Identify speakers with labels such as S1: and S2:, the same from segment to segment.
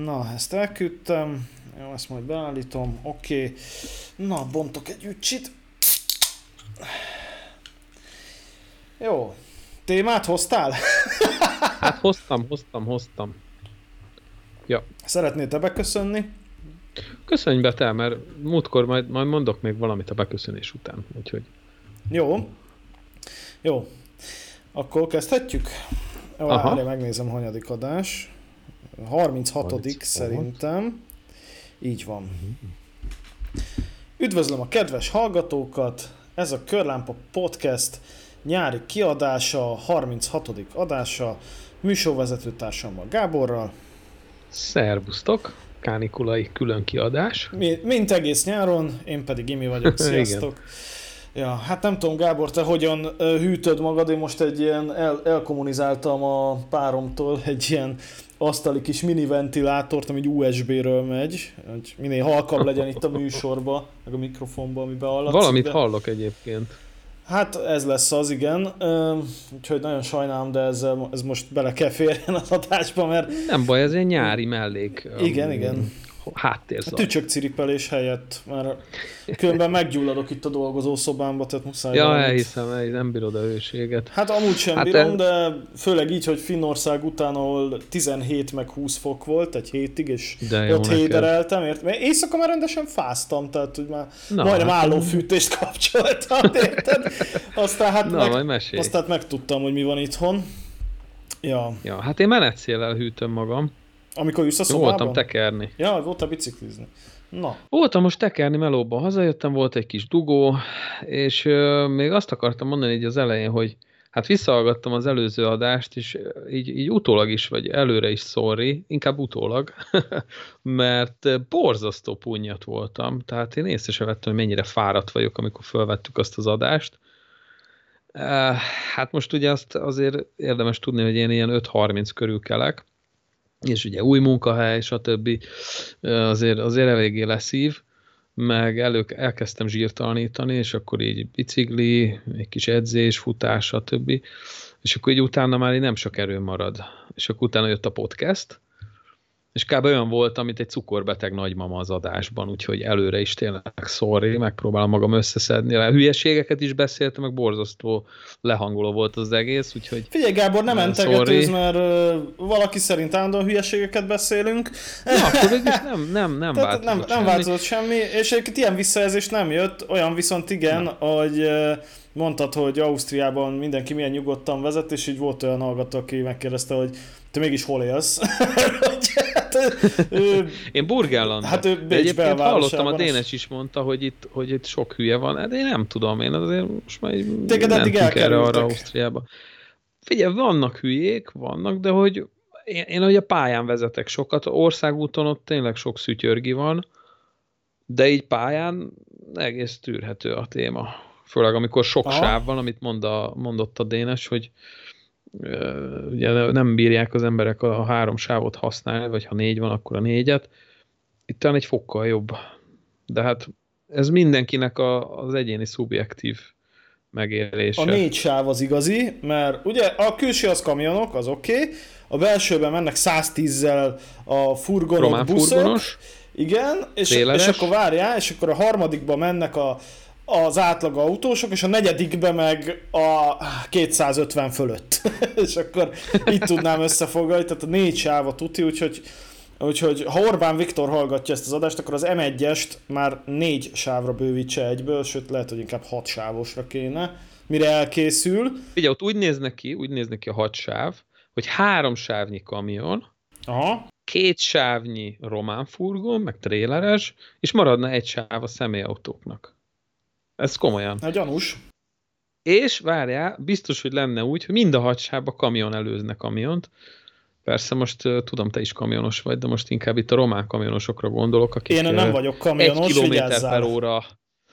S1: Na, ezt elküldtem. Jó, ezt majd beállítom. Oké. Na, bontok egy ücsit. Jó. Témát hoztál?
S2: Hát hoztam. Ja.
S1: Szeretnél te beköszönni?
S2: Köszönj be te, mert múltkor majd mondok még valamit a beköszönés után, úgyhogy...
S1: Jó. Akkor kezdhetjük? Jó, várj, megnézem, hanyadik adás. 36. szerintem. Így van. Üdvözlöm a kedves hallgatókat! Ez a Körlámpa Podcast nyári kiadása, 36. adása, műsorvezetőtársammal Gáborral.
S2: Szervusztok! Kánikulai külön kiadás.
S1: Mint egész nyáron, én pedig Imi vagyok. Sziasztok! Ja, hát nem tudom, Gábor, te hogyan hűtöd magad? Én most egy ilyen elkommunizáltam a páromtól egy ilyen asztali kis mini ventilátort, ami USB-ről megy, hogy minél halkabb legyen itt a műsorba, meg a mikrofonba, amiben hallatszik.
S2: Valamit hallok egyébként.
S1: Hát ez lesz az, igen. Úgyhogy nagyon sajnálom, de ez most bele kell férjen az adásba, mert...
S2: Nem baj, ez egy nyári mellék.
S1: Igen.
S2: Háttérzaj.
S1: Tücsök ciripelés helyett, mert különben meggyulladok itt a dolgozószobámba, tehát muszáj.
S2: Ja, elhiszem, nem bírod a hőséget.
S1: Hát amúgy sem bírom, de főleg így, hogy Finnország után, ahol 17 meg 20 fok volt egy hétig, és ott hédereltem, mert éjszaka már rendesen fáztam, tehát hogy már majdnem állófűtést kapcsoltam, érted? Aztán aztán megtudtam, hogy mi van itthon. Ja,
S2: hát én menetszéllel hűtöm magam.
S1: Amikor jössz a szobában?
S2: Voltam tekerni.
S1: Ja, voltam biciklizni. Na.
S2: Voltam most tekerni melóban, hazajöttem, volt egy kis dugó, és még azt akartam mondani így az elején, hogy hát visszahallgattam az előző adást, és így utólag is, vagy előre is sorry, inkább utólag, mert borzasztó punnyat voltam, tehát én észre sem vettem, hogy mennyire fáradt vagyok, amikor felvettük azt az adást. Hát most ugye azt azért érdemes tudni, hogy én ilyen 5:30 körül kelek, és ugye új munkahely, stb. Azért eléggé leszív, meg elkezdtem zsírtalanítani, és akkor így bicikli, egy kis edzés, futás, stb. És akkor így utána már így nem sok erő marad. És akkor utána jött a podcast, és kb. Olyan volt, mint egy cukorbeteg nagymama az adásban, úgyhogy előre is tényleg sorry, megpróbálom magam összeszedni. A hülyeségeket is beszéltem, meg borzasztó lehangoló volt az egész, úgyhogy...
S1: Figyelj Gábor, nem mentegetőz, mert valaki szerint állandóan hülyeségeket beszélünk.
S2: Na, akkor végül nem változott
S1: nem változott semmi, és egyébként ilyen visszajelzés nem jött, olyan viszont igen, hogy mondtad, hogy Ausztriában mindenki milyen nyugodtan vezet, és így volt olyan hallgató, aki megkérdezte, hogy te mégis hol élsz?
S2: Én Burgenlandban.
S1: Hát ő Bécs
S2: egyébként hallottam, a Dénes is mondta, hogy itt sok hülye van, de én nem tudom, én azért most már mentünk erre arra Ausztriába. Figyelj, vannak hülyék, de hogy én ugye pályán vezetek sokat, országúton ott tényleg sok szütyörgi van, de így pályán egész tűrhető a téma. Főleg amikor sok sáv van, amit mondott a Dénes, hogy ugye nem bírják az emberek a 3 sávot használni, vagy ha 4 van, akkor a 4-et. Itt talán egy fokkal jobb. De hát ez mindenkinek az egyéni szubjektív megélése.
S1: A 4 sáv az igazi, mert ugye a külső az kamionok, az oké. A belsőben mennek 110-zel a furgonok,
S2: román
S1: buszok.
S2: Furgonos,
S1: igen, és akkor várjál, és akkor a harmadikban mennek az átlag autósok, és a negyedikbe meg a 250 fölött. És akkor itt tudnám összefoglalni, tehát a 4 sáv a tuti, úgyhogy ha Orbán Viktor hallgatja ezt az adást, akkor az M1-est már 4 sávra bővítse egyből, sőt lehet, hogy inkább 6 sávosra kéne, mire elkészül.
S2: Ugye ott úgy néz neki a 6 sáv, hogy 3 sávnyi kamion, 2 sávnyi román furgon, meg tréleres, és maradna 1 sáv a személyautóknak. Ez komolyan.
S1: Hát gyanús.
S2: És várjál, biztos, hogy lenne úgy, hogy mind a 6 sávba kamion előzne kamiont. Persze most tudom, te is kamionos vagy, de most inkább itt a román kamionosokra gondolok, akik
S1: én nem vagyok kamionos,
S2: 1 km/h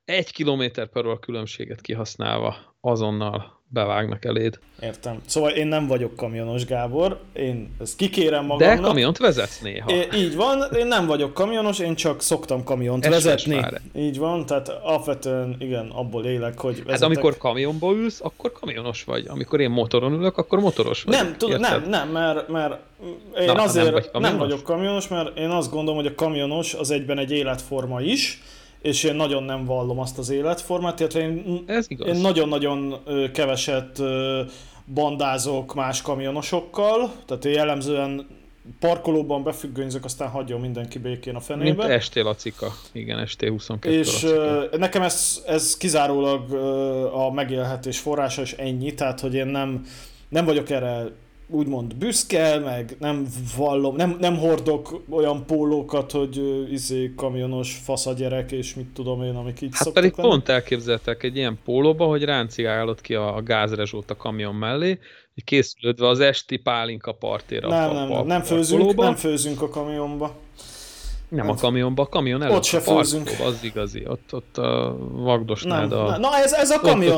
S2: 1 km/h különbséget kihasználva azonnal bevágnak eléd.
S1: Értem. Szóval én nem vagyok kamionos, Gábor, én ezt kikérem magamnak.
S2: De kamiont vezetsz néha.
S1: Így van, én nem vagyok kamionos, én csak szoktam kamiont vezetni. Így van, tehát alapvetően igen, abból élek, hogy vezetek.
S2: Hát amikor kamionba ülsz, akkor kamionos vagy. Amikor én motoron ülök, akkor motoros vagy.
S1: Nem, mert én azért nem vagyok kamionos, mert én azt gondolom, hogy a kamionos az egyben egy életforma is, és én nagyon nem vallom azt az életformát, illetve én nagyon-nagyon keveset bandázok más kamionosokkal, tehát én jellemzően parkolóban befüggönyzök, aztán hagyjon mindenki békén a fenébe.
S2: Mint ST Lacika, igen, ST22
S1: és nekem ez kizárólag a megélhetés forrása, és ennyi, tehát hogy én nem vagyok erre úgymond büszke, meg nem vallom, nem hordok olyan pólókat, hogy kamionos faszagyerek, és mit tudom én, amik így
S2: szoktak pedig lenni. Pont elképzeltek egy ilyen pólóba, hogy ráncigálod ki a gázrezsót a kamion mellé, hogy készülődve az esti pálinka partéra.
S1: Nem főzünk a kamionba.
S2: Nem a kamionba, a kamion előtt,
S1: ott se főzünk.
S2: Az igazi, ott a vagdosnád a...
S1: Na ez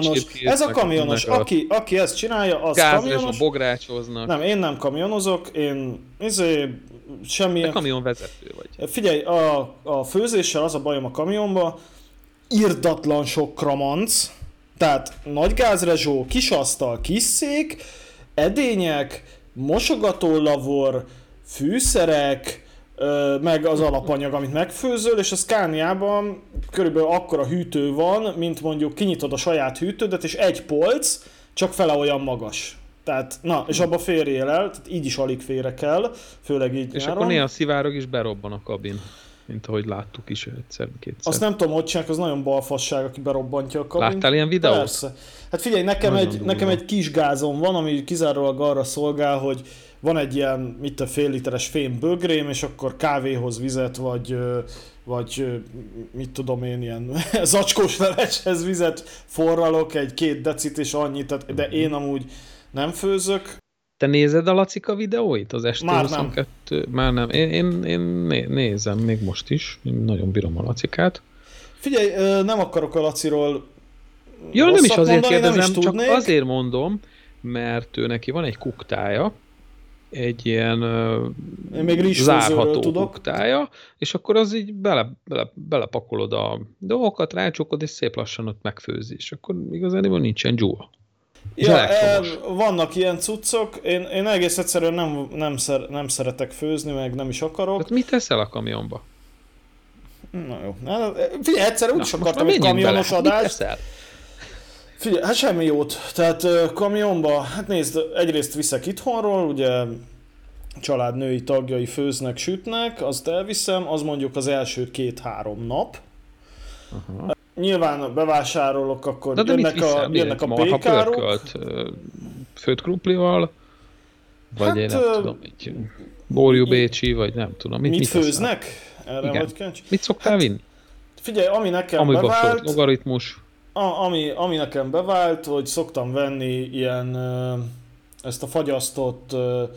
S1: a kamionos, aki ezt csinálja, az kamionos.
S2: Bográcsoznak.
S1: Nem, én nem kamionozok, én semmilyen...
S2: De kamionvezető vagy.
S1: Figyelj, a főzéssel az a bajom a kamionba, irdatlan sok kramanc, tehát nagy gázrezsó, kis asztal, kis szék, edények, mosogatólavor, fűszerek, meg az alapanyag, amit megfőzöl, és a Scaniában körülbelül akkora hűtő van, mint mondjuk kinyitod a saját hűtődet, és egy polc, csak fele olyan magas. Tehát, és abba férjél el, tehát így is alig férek el, főleg így
S2: és
S1: nyáron.
S2: Akkor néha szivárog is berobban a kabin, mint ahogy láttuk is egyszer-kétszer.
S1: Azt nem tudom, hogy csinálják, az nagyon balfasság, aki berobbantja a kabint.
S2: Láttál ilyen videót?
S1: Persze. Hát figyelj, nekem egy kis gázom van, ami kizárólag arra szolgál, hogy van egy ilyen, fél literes fém bögrém, és akkor kávéhoz vizet, vagy mit tudom én, ilyen zacskós leveshez vizet forralok, 2 decit és annyit, de én amúgy nem főzök.
S2: Te nézed a Lacika videóit? Az ST22?
S1: Már
S2: nem. Én nézem, még most is. Én nagyon bírom a Lacikát.
S1: Figyelj, nem akarok a Laciról
S2: nem is azért kérdezem, csak azért mondom, mert ő neki van egy kuktája, egy ilyen zárható kuktája, és akkor az így belepakolod a dolgokat, rácsukod, és szép lassan ott megfőzi, és akkor igazán nincsen dzsúva.
S1: Ja, vannak ilyen cuccok, én egész egyszerűen nem szeretek főzni, meg nem is akarok.
S2: Tehát mit teszel a kamionba?
S1: Na jó. Figyelj, egyszer úgy is akartam egy kamionos adást. Figyelj, hát semmi jót. Tehát kamionba, hát nézd, egyrészt viszek itthonról, ugye család női tagjai főznek, sütnek, azt elviszem, az mondjuk az első 2-3 nap. Aha. Nyilván bevásárolok, akkor jönnek a pékárok.
S2: Főtt krumplival, vagy én nem tudom, egy borjú bécsi, vagy nem tudom.
S1: Mit főznek? Erre vagy kíváncsi?
S2: Mit szoktál vinni?
S1: Figyelj, ami nekem bevált...
S2: logaritmus.
S1: Ami nekem bevált, hogy szoktam venni ilyen ezt a fagyasztott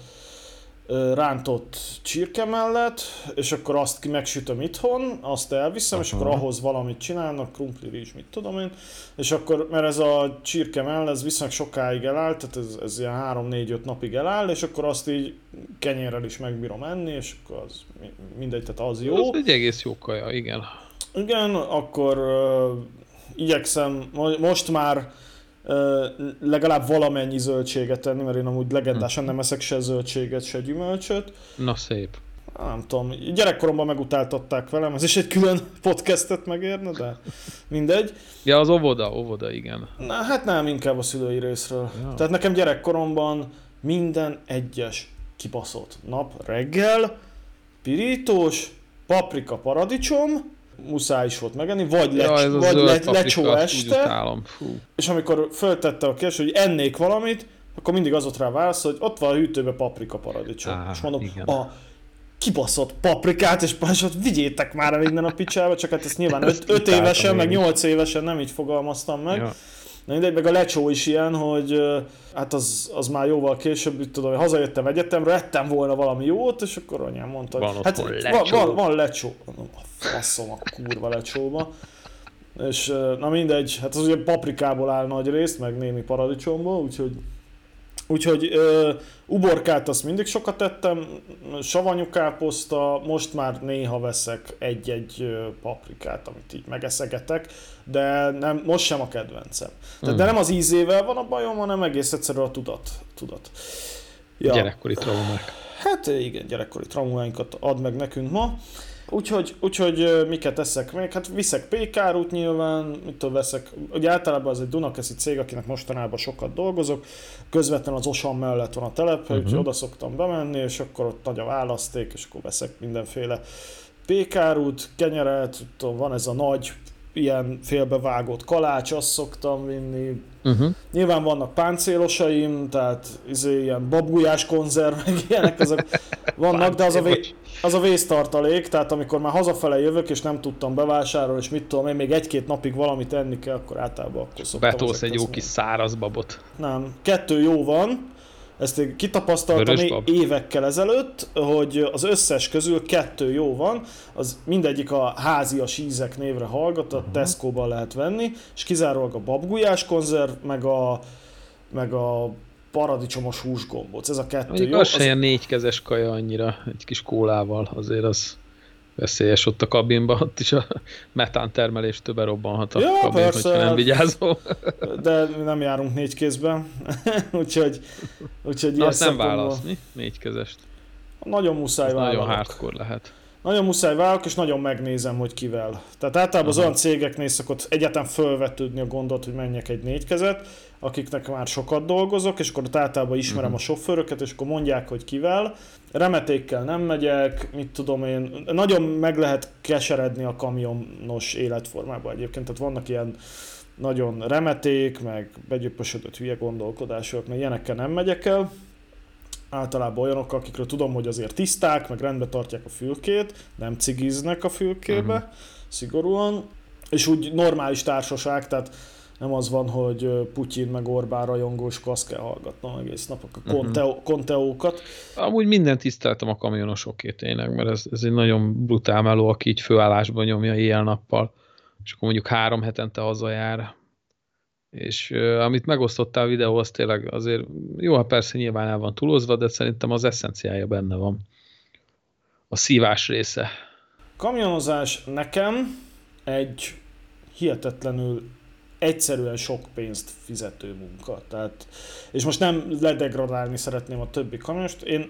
S1: rántott csirke mellett, és akkor azt megsütöm itthon, azt elviszem, és akkor ahhoz valamit csinálnak, krumpli, rizs, mit tudom én, és akkor, mert ez a csirke mellett, ez viszonylag sokáig eláll, tehát ez ilyen 3-4-5 napig eláll, és akkor azt így kenyérrel is megbírom enni, és akkor az mindegy, tehát az jó.
S2: Ez egy egész jó kaja, igen.
S1: Igen, akkor igyekszem most már legalább valamennyi zöldséget tenni, mert én amúgy legendásan nem eszek se zöldséget, se gyümölcsöt.
S2: Na szép.
S1: Nem tudom, gyerekkoromban megutáltatták velem, ez is egy külön podcastet megérne, de mindegy.
S2: Ja, az óvoda, igen.
S1: Na, hát nem, inkább a szülői részről. Ja. Tehát nekem gyerekkoromban minden egyes kibaszott nap reggel, pirítós, paprika, paradicsom, muszáj is volt megenni, vagy lecsó este, és amikor föltette a kérdést, hogy ennék valamit, akkor mindig az ott rá válasz, hogy ott van a hűtőbe paprika paradicsom. És mondom, igen. A kibaszott paprikát, és ott vigyétek már el innen a picsába, csak hát ezt nyilván 5 évesen, meg 8 évesen nem így fogalmaztam meg. Ja. Na mindegy, meg a lecsó is ilyen, hogy hát az már jóval később, tudom, hazajöttem egyetemre, ettem volna valami jót, és akkor anyám mondta, hogy hát van lecsó. A faszom a kurva lecsóba. És na mindegy, hát az ugye paprikából áll nagy részt, meg némi paradicsomból, úgyhogy uborkát azt mindig sokat ettem, savanyú káposzta, most már néha veszek egy-egy paprikát, amit így megeszegetek, de nem, most sem a kedvencem. De nem az ízével van a bajom, hanem egész egyszerűen a tudat.
S2: Ja. Gyerekkori traumák.
S1: Hát igen, gyerekkori traumáinkat ad meg nekünk ma. Úgyhogy miket eszek még? Hát viszek pékárút nyilván, mitől veszek, ugye általában az egy Dunakeszi cég, akinek mostanában sokat dolgozok, közvetlenül az Osan mellett van a telephely, úgyhogy oda szoktam bemenni, és akkor ott nagy a választék, és akkor veszek mindenféle pékárút, kenyeret, van ez a nagy, ilyen félbevágott kalács, azt szoktam vinni. Nyilván vannak páncélosaim, tehát ilyen babgulyás konzerv, meg ilyenek, azok vannak, de az a vésztartalék, tehát amikor már hazafele jövök, és nem tudtam bevásárolni, és mit tudom én, még egy-két napig valamit enni kell, akkor általában akkor szoktam.
S2: Betolsz egy jó kis száraz babot.
S1: Nem, 2 jó van. Ezt én kitapasztaltam évekkel ezelőtt, hogy az összes közül 2 jó van, az mindegyik a házias ízek névre hallgat, a Tesco-ban lehet venni, és kizárólag a babgulyás konzerv, meg a paradicsomos húsgombóc. Ez a 2
S2: mondjuk
S1: jó.
S2: Az se ilyen 4 kezes kaja annyira, egy kis kólával, azért az veszélyes ott a kabinban, ott is a metántermeléstől berobbanhat a kabin, persze, hogyha nem vigyázol.
S1: De nem járunk 4 kézben, úgyhogy
S2: na, azt nem válaszni, 4 kezest.
S1: Nagyon muszáj vállalok.
S2: Nagyon hardcore lehet.
S1: Nagyon muszáj vállalok, és nagyon megnézem, hogy kivel. Tehát általában az olyan cégeknél szokott egyáltalán fölvetődni a gondot, hogy menjek egy 4 kezet, akiknek már sokat dolgozok, és akkor általában ismerem a sofőröket, és akkor mondják, hogy kivel. Remetékkel nem megyek, mit tudom én, nagyon meg lehet keseredni a kamionos életformában egyébként, tehát vannak ilyen nagyon remeték, meg begyöpösödött hülye gondolkodások, mert ilyenekkel nem megyek el. Általában olyanok, akikről tudom, hogy azért tiszták, meg rendbe tartják a fülkét, nem cigiznek a fülkébe, szigorúan, és úgy normális társaság, tehát nem az van, hogy Putyin meg Orbán rajongós, azt kell hallgatnom egész nap a konteókat.
S2: Amúgy mindent tiszteltem a kamionosoké tényleg, mert ez egy nagyon brutál meló, aki így főállásban nyomja éjjel-nappal, és akkor mondjuk 3 hetente hazajár. És amit megosztottál videó, az tényleg azért, jó, hát persze nyilván el van túlozva, de szerintem az eszenciája benne van. A szívás része.
S1: Kamionozás nekem egy hihetetlenül egyszerűen sok pénzt fizető munka. Tehát, és most nem ledegradálni szeretném a többi kamionost. Én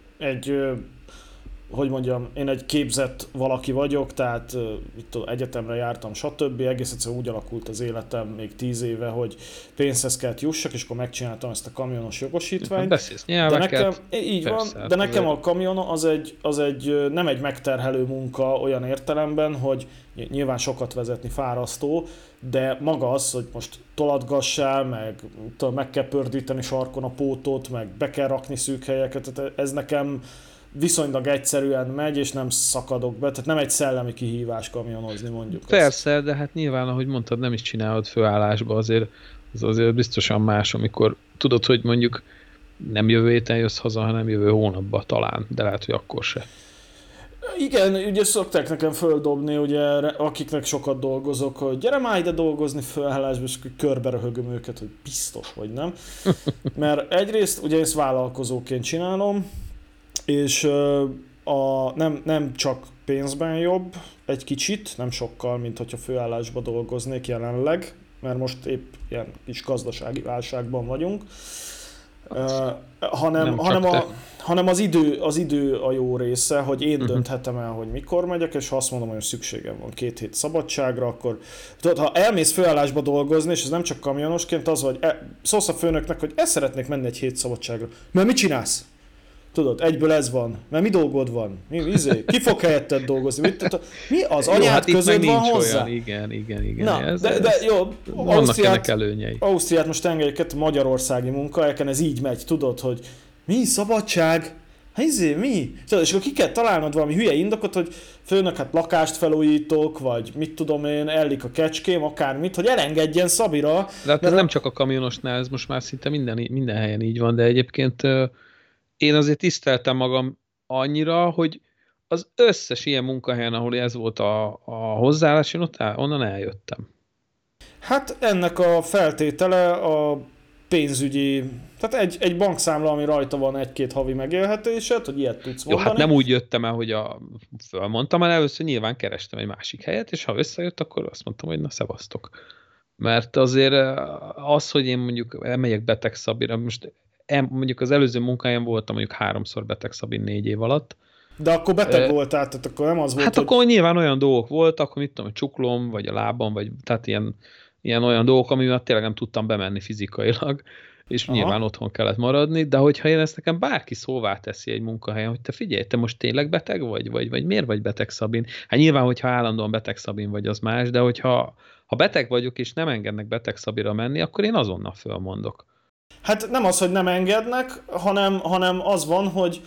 S1: egy képzett valaki vagyok, tehát egyetemre jártam, stb. Egész egyszerűen úgy alakult az életem még 10 éve, hogy pénzhez kellett jussak, és akkor megcsináltam ezt a kamionos jogosítványt.
S2: Beszélsz nyelveket.
S1: Így persze, van, de nekem a kamion az egy nem egy megterhelő munka olyan értelemben, hogy nyilván sokat vezetni fárasztó, de maga az, hogy most tolatgassál, meg kell pördíteni sarkon a pótot, meg be kell rakni szűk helyeket, tehát ez nekem viszonylag egyszerűen megy, és nem szakadok be, tehát nem egy szellemi kihívás kamionozni, mondjuk.
S2: Persze, azt. De hát nyilván, ahogy mondtad, nem is csinálod főállásba, azért biztosan más, amikor tudod, hogy mondjuk nem jövő héten jössz haza, hanem jövő hónapban talán, de lehet, hogy akkor se.
S1: Igen, ugye szokták nekem földobni, ugye, akiknek sokat dolgozok, hogy gyere már ide dolgozni főállásba, és körbe röhögöm őket, hogy biztos vagy nem. Mert egyrészt ugye ezt vállalkozóként csinálom, és nem csak pénzben jobb egy kicsit, nem sokkal, mint hogyha főállásba dolgoznék jelenleg, mert most épp ilyen kis gazdasági válságban vagyunk, hanem az idő a jó része, hogy én dönthetem el, hogy mikor megyek, és ha azt mondom, hogy szükségem van 2 hét szabadságra, akkor tudod, ha elmész főállásba dolgozni, és ez nem csak kamionosként az, hogy szólsz a főnöknek, hogy szeretnék menni egy hét szabadságra, mert mit csinálsz? Tudod, egyből ez van, mert mi dolgod van? Ki fog helyetted dolgozni? Mi az anyád között van hozzá?
S2: Olyan. Igen.
S1: Na, de jó,
S2: vannak ennek előnyei.
S1: Ausztriát most engedjük magyarországi munkahelyeken, ez így megy, tudod, hogy mi szabadság? Mi? Tudod, és akkor ki kell találnod valami hülye indokot, hogy főnök, hát lakást felújítok, vagy mit tudom én, ellik a kecském, akármit, hogy elengedjen Szabira.
S2: De hát ez nem csak a kamionosnál, ez most már szinte minden helyen így van, de egyébként én azért tiszteltem magam annyira, hogy az összes ilyen munkahelyen, ahol ez volt a hozzáállás, én onnan eljöttem.
S1: Hát ennek a feltétele a pénzügyi, tehát egy bankszámla, ami rajta van egy-két havi megélhetésed, hogy ilyet tudsz mondani.
S2: Jó, hát nem úgy jöttem el, hogy fölmondtam el, először nyilván kerestem egy másik helyet, és ha összejött, akkor azt mondtam, hogy na szevasztok. Mert azért az, hogy én mondjuk elmegyek betegszabira, most mondjuk az előző munkáján voltam mondjuk 3-szor betegszabin 4 év alatt.
S1: De akkor beteg voltál, tehát akkor nem az volt,
S2: hát hogy... akkor nyilván olyan dolgok voltak, akkor mit tudom, a csuklom, vagy a lábam, vagy tehát ilyen olyan dolgok, amivel tényleg nem tudtam bemenni fizikailag, és nyilván otthon kellett maradni, de hogyha én ezt nekem bárki szóvá teszi egy munkahelyen, hogy te figyelj, te most tényleg beteg vagy miért vagy beteg Szabin? Hát nyilván, hogyha állandóan beteg Szabin vagy, az más, de hogyha beteg vagyok, és nem engednek beteg Szabira menni, akkor én azonnal fölmondok.
S1: Hát nem az, hogy nem engednek, hanem az van, hogy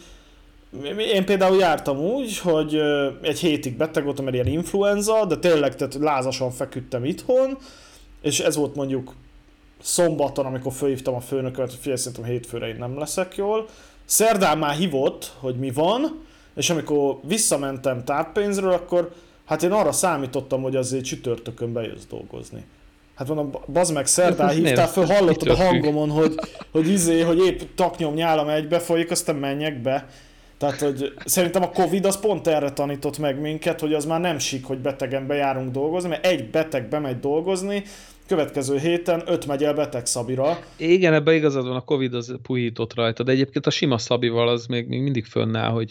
S1: én például jártam úgy, hogy egy hétig beteg voltam, mert ilyen influenza, de tényleg tehát lázasan feküdtem itthon, és ez volt mondjuk szombaton, amikor fölhívtam a főnököt, hogy figyelj, szerintem hétfőre én nem leszek jól. Szerdán már hívott, hogy mi van, és amikor visszamentem távpénzről, akkor hát én arra számítottam, hogy azért csütörtökön bejössz dolgozni. Hát mondom, bazd meg, szerdán hívtál föl, hallottad a hangomon, hogy épp taknyom nyálam egybe folyik, aztán menjek be. Tehát, hogy szerintem a Covid az pont erre tanított meg minket, hogy az már nem sik, hogy betegen bejárunk dolgozni, mert egy beteg bemegy dolgozni, következő héten 5 megy el beteg Szabira.
S2: Igen, ebben igazad van, a Covid az puhított rajta, de egyébként a sima Szabival az még mindig fönnáll,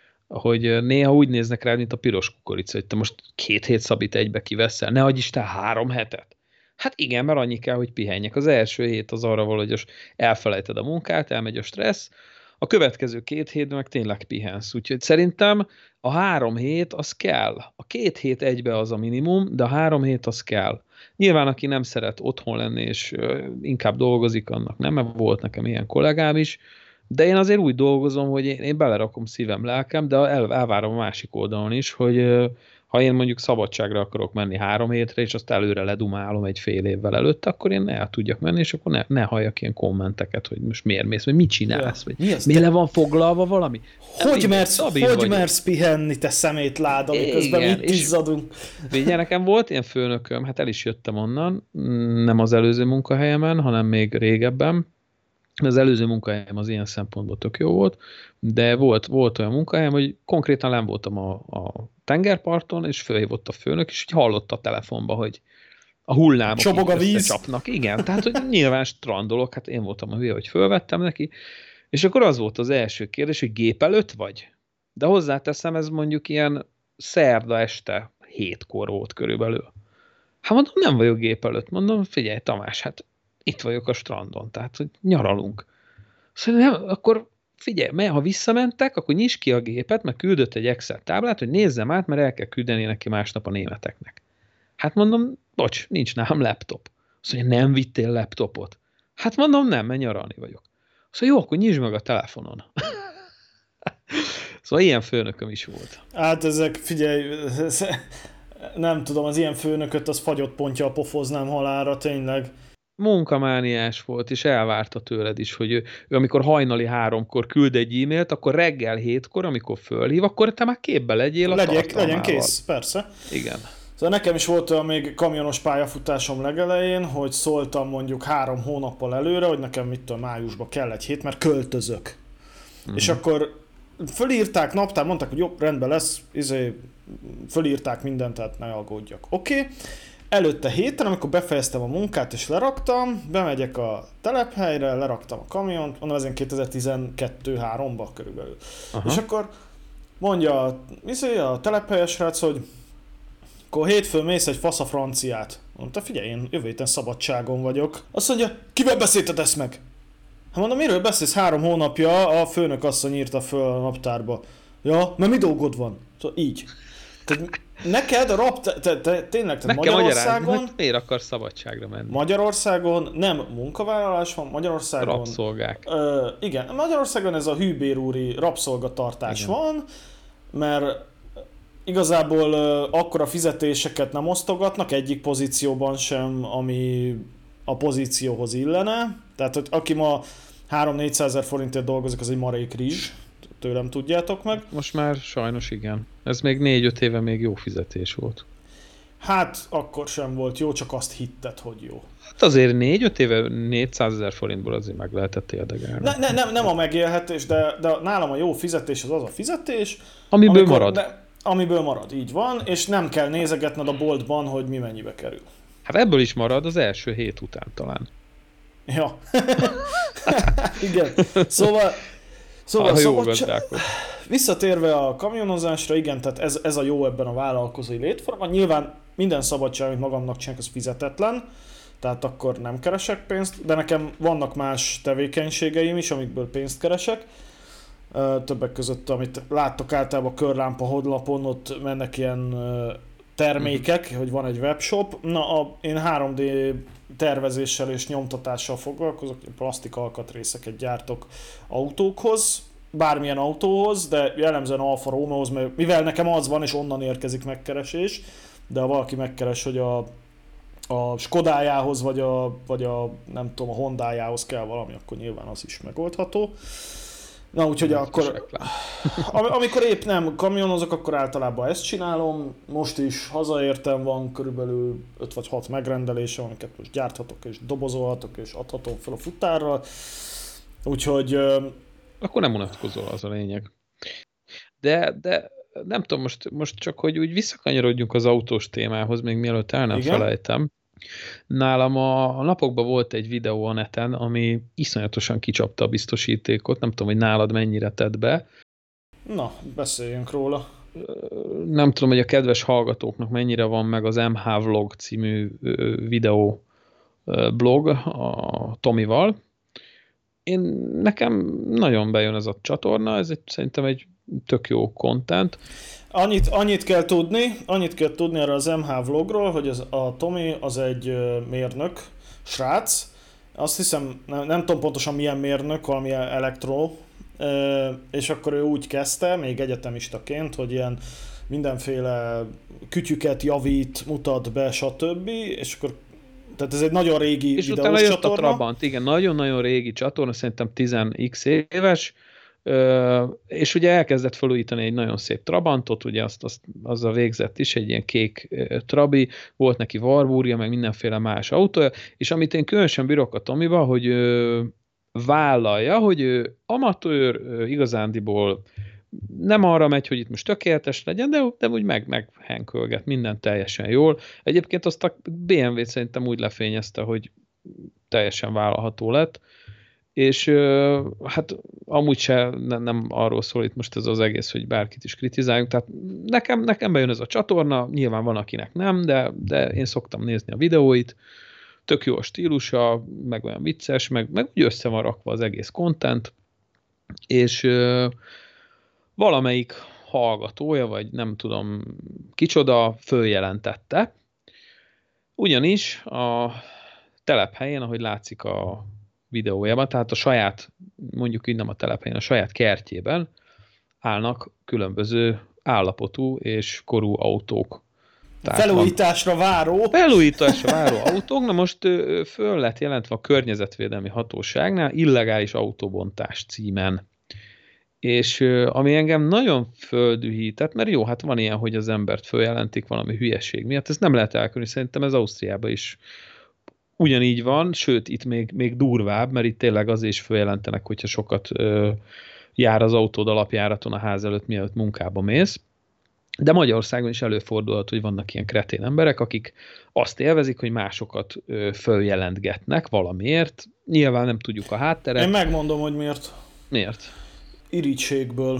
S2: hogy néha úgy néznek rá, mint a piros kukorica, hogy te most 2 hét Szabit egybe kiveszel, ne adj Isten 3 hetet. Hát igen, mert annyi kell, hogy pihenjek. Az első hét az arra való, hogy elfelejted a munkát, elmegy a stressz, a következő 2 hétben meg tényleg pihensz. Úgyhogy szerintem a 3 hét az kell. A 2 hét egybe az a minimum, de a 3 hét az kell. Nyilván, aki nem szeret otthon lenni, és inkább dolgozik, annak nem, mert volt nekem ilyen kollégám is, de én azért úgy dolgozom, hogy én belerakom szívem, lelkem, de elvárom a másik oldalon is, hogy ha én mondjuk szabadságra akarok menni 3 hétre, és azt előre ledumálom egy fél évvel előtt, akkor én el tudjak menni, és akkor ne halljak ilyen kommenteket, hogy most miért mész, vagy mit csinálsz, vagy miért le van foglalva valami.
S1: Hogy mersz pihenni, te szemétláda, miközben itt izzadunk.
S2: Ugye nekem volt ilyen főnököm, hát el is jöttem onnan, nem az előző munkahelyemen, hanem még régebben. Az előző munkahelyem az ilyen szempontból tök jó volt, de volt olyan munkahelyem, hogy konkrétan nem voltam a tengerparton, és fölhívott a főnök, és hogy hallotta a telefonba, hogy a hullámok
S1: csobog a víz.
S2: Összecsapnak. Igen, tehát hogy nyilván strandolok, hát én voltam a hülye, hogy fölvettem neki, és akkor az volt az első kérdés, hogy gép előtt vagy? De hozzáteszem, ez mondjuk ilyen szerda este 7-kor volt körülbelül. Hát mondom, nem vagyok gép előtt. Mondom, figyelj Tamás, hát itt vagyok a strandon, tehát hogy nyaralunk. Szóval akkor figyelj, mert ha visszamentek, akkor nyisd ki a gépet, mert küldött egy Excel táblát, hogy nézzem át, mert el kell küldeni neki másnap a németeknek. Hát mondom, bocs, nincs nálam laptop. Szóval nem vittél laptopot. Hát mondom, nem, mert nyaralni vagyok. Szóval jó, akkor nyisd meg a telefonon. Szóval ilyen főnököm is volt.
S1: Hát ezek, figyelj, nem tudom, az ilyen főnököt az fagyott pontja a pofoznám halálra, tényleg.
S2: Munkamániás volt, és elvárta tőled is, hogy ő amikor hajnali 3-kor küld egy e-mailt, akkor reggel 7-kor, amikor fölhív, akkor te már képbe legyél a tartalmával.
S1: Legyen kész, persze.
S2: Igen.
S1: Szóval nekem is volt olyan még kamionos pályafutásom legelején, hogy szóltam mondjuk 3 hónappal előre, hogy nekem mit tudom, májusban kell egy hét, mert költözök. És akkor fölírták naptár, mondták, hogy jó, rendben lesz, fölírták mindent, tehát ne aggódjak. Oké. Előtte héten, amikor befejeztem a munkát és leraktam, bemegyek a telephelyre, leraktam a kamiont, mondom, ezen 2012-3-ban körülbelül. Aha. És akkor mondja a telephelyes srác, hogy akkor hétfőn mész egy fasz a franciát. Mondta, figyelj, én jövő héten szabadságon vagyok. Azt mondja, kivel beszélted ezt meg? Hát mondom, miről beszélsz? 3 hónapja a főnök asszony írta föl a naptárba. Ja, mert mi dolgod van? Szóval így. Tehát neked tényleg, tehát Magyarországon...
S2: Hogy miért akarsz szabadságra menni?
S1: Magyarországon nem munkavállalás van, Magyarországon...
S2: Rabszolgák.
S1: Igen, Magyarországon ez a hűbérúri rabszolgatartás van, mert igazából akkora fizetéseket nem osztogatnak egyik pozícióban sem, ami a pozícióhoz illene. Tehát, hogy aki ma 3-400 000 forintért dolgozik, az egy marék rizs. tőlem tudjátok meg.
S2: Most már sajnos igen. Ez még 4-5 éve még jó fizetés volt.
S1: Hát akkor sem volt jó, csak azt hitted, hogy jó.
S2: Hát azért 4-5 éve 400 000 forintból azért meg lehetett érdekelni.
S1: Nem a megélhetés, de nálam a jó fizetés az a fizetés,
S2: amiből marad.
S1: Amiből marad, így van, és nem kell nézegetned a boltban, hogy mi mennyibe kerül.
S2: Hát ebből is marad az első hét után talán.
S1: Ja. Igen. Szóval visszatérve a kamionozásra, igen, tehát ez a jó ebben a vállalkozói létformában. Nyilván minden szabadság, amit magamnak csinálok, az fizetetlen, tehát akkor nem keresek pénzt, de nekem vannak más tevékenységeim is, amikből pénzt keresek. Többek között, amit láttok általában a Körlámpa honlapon, ott mennek ilyen termékek, hogy van egy webshop. Én 3D tervezéssel és nyomtatással foglalkozok, plastik alkatrészeket gyártok autókhoz, bármilyen autóhoz, de jellemzően Alfa Romeohoz, mivel nekem az van, és onnan érkezik megkeresés, de ha valaki megkeres, hogy a Skodájához, vagy a nem tudom, a Hondájához kell valami, akkor nyilván az is megoldható. Na úgyhogy akkor, amikor épp nem kamionozok, akkor általában ezt csinálom. Most is hazaértem, van körülbelül 5 vagy 6 megrendelésem, amiket most gyárthatok és dobozolhatok és adhatom fel a futárral. Úgyhogy...
S2: Akkor nem unatkozol, az a lényeg. De nem tudom, most csak, hogy úgy visszakanyarodjunk az autós témához, még mielőtt el nem felejtem. Nálam a napokban volt egy videó a neten, ami iszonyatosan kicsapta a biztosítékot, nem tudom, hogy nálad mennyire tett be.
S1: Na, beszéljünk róla.
S2: Nem tudom, hogy a kedves hallgatóknak mennyire van meg az MH Vlog című videó blog a Tomival. Nekem nagyon bejön ez a csatorna, szerintem egy tök jó content.
S1: Annyit kell tudni erre az MH Vlogról, hogy a Tomi az egy mérnök, srác. Azt hiszem, nem tudom pontosan milyen mérnök, valami elektro, és akkor ő úgy kezdte, még egyetemistaként, hogy ilyen mindenféle kütyüket javít, mutat be, stb. És akkor tehát ez egy nagyon régi
S2: videós
S1: csatorna.
S2: És utána jött a Trabant, igen, nagyon-nagyon régi csatorna, szerintem 10x éves, és ugye elkezdett felújítani egy nagyon szép Trabantot, ugye azzal végzett is, egy ilyen kék Trabi, volt neki Warburgja, meg mindenféle más autója, és amit én különösen bírok a Tomiba, hogy vállalja, hogy ő amatőr, igazándiból nem arra megy, hogy itt most tökéletes legyen, de úgy meghenkölget minden teljesen jól. Egyébként azt a BMW-t szerintem úgy lefényezte, hogy teljesen vállalható lett, és hát amúgy se nem arról szól itt most ez az egész, hogy bárkit is kritizáljunk, tehát nekem bejön ez a csatorna, nyilván van akinek nem, de én szoktam nézni a videóit, tök jó a stílusa, meg olyan vicces, meg úgy össze van rakva az egész content, és valamelyik hallgatója, vagy nem tudom kicsoda, följelentette, ugyanis a telephelyén, ahogy látszik a videójában, tehát a saját, mondjuk így nem a telephelyen, a saját kertjében állnak különböző állapotú és korú autók.
S1: Felújításra váró
S2: autók. Na most föl lett jelentve a Környezetvédelmi Hatóságnál illegális autóbontás címen. És ami engem nagyon földühített, mert jó, hát van ilyen, hogy az embert följelentik valami hülyeség miatt, ezt nem lehet elkülönni, szerintem ez Ausztriában is ugyanígy van, sőt, itt még durvább, mert itt tényleg azért is följelentenek, hogyha sokat jár az autód alapjáraton a ház előtt, mielőtt munkába mész. De Magyarországon is előfordulhat, hogy vannak ilyen kretén emberek, akik azt élvezik, hogy másokat följelentgetnek valamiért. Nyilván nem tudjuk a hátteret.
S1: Én megmondom, hogy miért.
S2: Miért?
S1: Irítségből.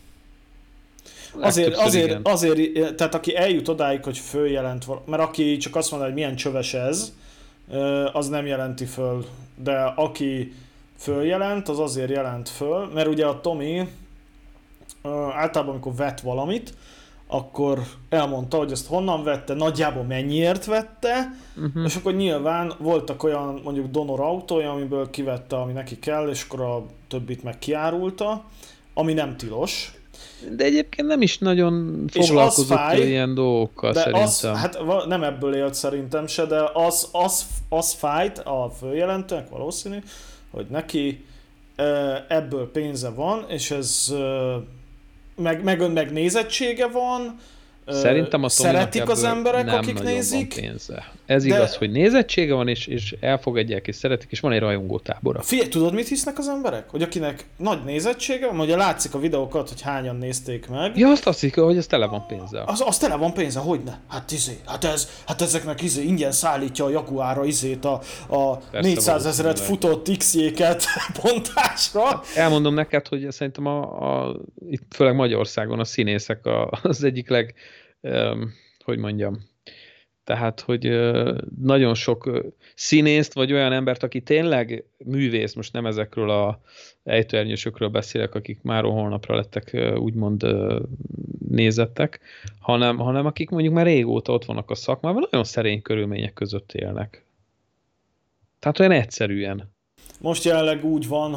S1: Azért, tehát aki eljut odáig, hogy följelent, mert aki csak azt mondja, hogy milyen csöves ez, az nem jelenti föl. De aki följelent, az azért jelent föl, mert ugye a Tomi általában, amikor vett valamit, akkor elmondta, hogy ezt honnan vette, nagyjából mennyiért vette, és akkor nyilván voltak olyan mondjuk donor autója, amiből kivette, ami neki kell, és akkor a többit meg kiárulta, ami nem tilos.
S2: De egyébként nem is nagyon foglalkozott ilyen dolgokkal szerintem.
S1: Hát nem ebből élt szerintem se, de az fájt a följelentőnek valószínű, hogy neki ebből pénze van, és ez meg nézettsége van,
S2: szerintem a
S1: szeretik az emberek, akik nézik.
S2: Pénze. Ez igaz, hogy nézettsége van, és elfogadják, és szeretik, és van egy rajongótábora.
S1: Figyelj, tudod, mit hisznek az emberek? Hogy akinek nagy nézettsége van, ugye látszik a videókat, hogy hányan nézték meg.
S2: Ja, azt hiszik, hogy ez tele van pénzzel.
S1: Az tele van pénze, hogyne? Hát ezeknek ingyen szállítja a Jaguárra a 400 000 futott XJ-ket pontásra. Hát
S2: elmondom neked, hogy szerintem itt főleg Magyarországon a színészek az egyik hogy mondjam, tehát, hogy nagyon sok színészt, vagy olyan embert, aki tényleg művész, most nem ezekről a ejtőernyősökről beszélek, akik már holnapra lettek úgymond nézettek, hanem akik mondjuk már régóta ott vannak a szakmában, nagyon szerény körülmények között élnek. Tehát olyan egyszerűen.
S1: Most jelenleg úgy van,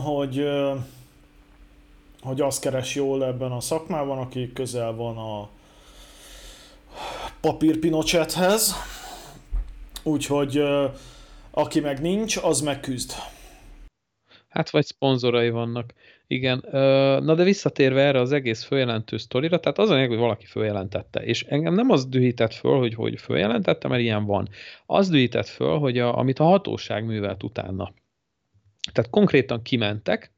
S1: hogy azt keres jól ebben a szakmában, aki közel van a papír Pinochethez, úgyhogy aki meg nincs, az meg küzd.
S2: Hát vagy szponzorai vannak, igen. Na de visszatérve erre az egész följelentő sztorira, tehát az a lényeg, hogy valaki följelentette, és engem nem az dühített föl, hogy följelentette, mert ilyen van. Az dühített föl, hogy amit a hatóság művelt utána. Tehát konkrétan kimentek.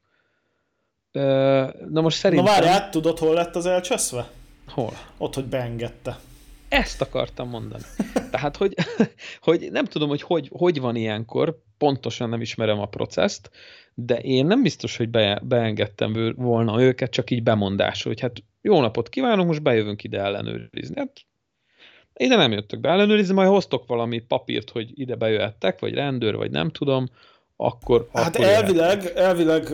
S2: Na most szerintem...
S1: Na várjál, tudod, hol lett az elcseszve?
S2: Hol?
S1: Ott, hogy beengedte.
S2: Ezt akartam mondani. Tehát, hogy nem tudom, hogy van ilyenkor, pontosan nem ismerem a processzt, de én nem biztos, hogy beengedtem volna őket, csak így bemondásra, hogy hát jó napot kívánok, most bejövünk ide ellenőrizni. Hát ide nem jöttök be ellenőrizni, majd hoztok valami papírt, hogy ide bejöhettek, vagy rendőr, vagy nem tudom, akkor...
S1: Hát
S2: akkor
S1: elvileg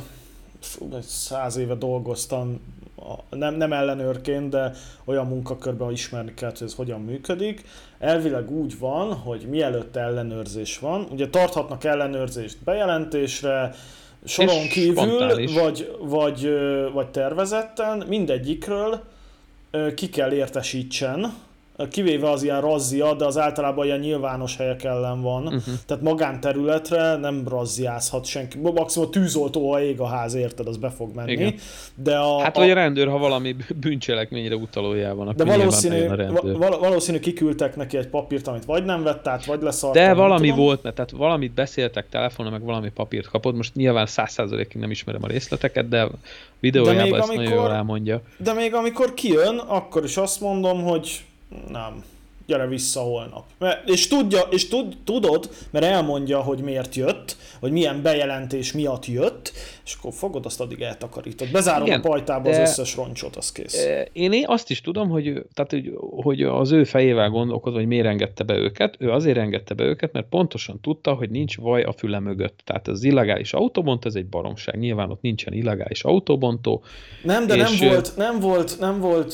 S1: 100 éve dolgoztam, nem ellenőrként, de olyan munkakörben ismerni kell, hogy ez hogyan működik. Elvileg úgy van, hogy mielőtt ellenőrzés van, ugye tarthatnak ellenőrzést bejelentésre, soron kívül, vagy tervezetten, mindegyikről ki kell értesítsen, kivéve az ilyen razzia, de az általában ilyen nyilvános helyek ellen van. Tehát magánterületre nem razziázhat senki. Maximum a tűzoltó, ha ég a ház, érted, az be fog menni.
S2: Igen.
S1: De
S2: vagy a rendőr, ha valami bűncselekményre utalójában, akkor
S1: de valószínű kiküldtek neki egy papírt, amit vagy nem vett át, vagy leszart.
S2: De valami volt, mert tehát valamit beszéltek telefonon, meg valami papírt kapott. Most nyilván 100%-ig nem ismerem a részleteket, de videójában ezt nagyon jól elmondja.
S1: De még amikor kijön, akkor is azt mondom, hogy nem, gyere vissza holnap. Tudod, mert elmondja, hogy miért jött, hogy milyen bejelentés miatt jött, és akkor fogod, azt addig eltakarítod. Bezárom a pajtába az összes roncsot, az kész.
S2: Én azt is tudom, hogy az ő fejével gondolkozva, hogy miért engedte be őket. Ő azért engedte be őket, mert pontosan tudta, hogy nincs vaj a füle mögött. Tehát az illegális autóbont, ez egy baromság. Nyilván ott nincsen illegális autóbontó.
S1: Nem, de nem volt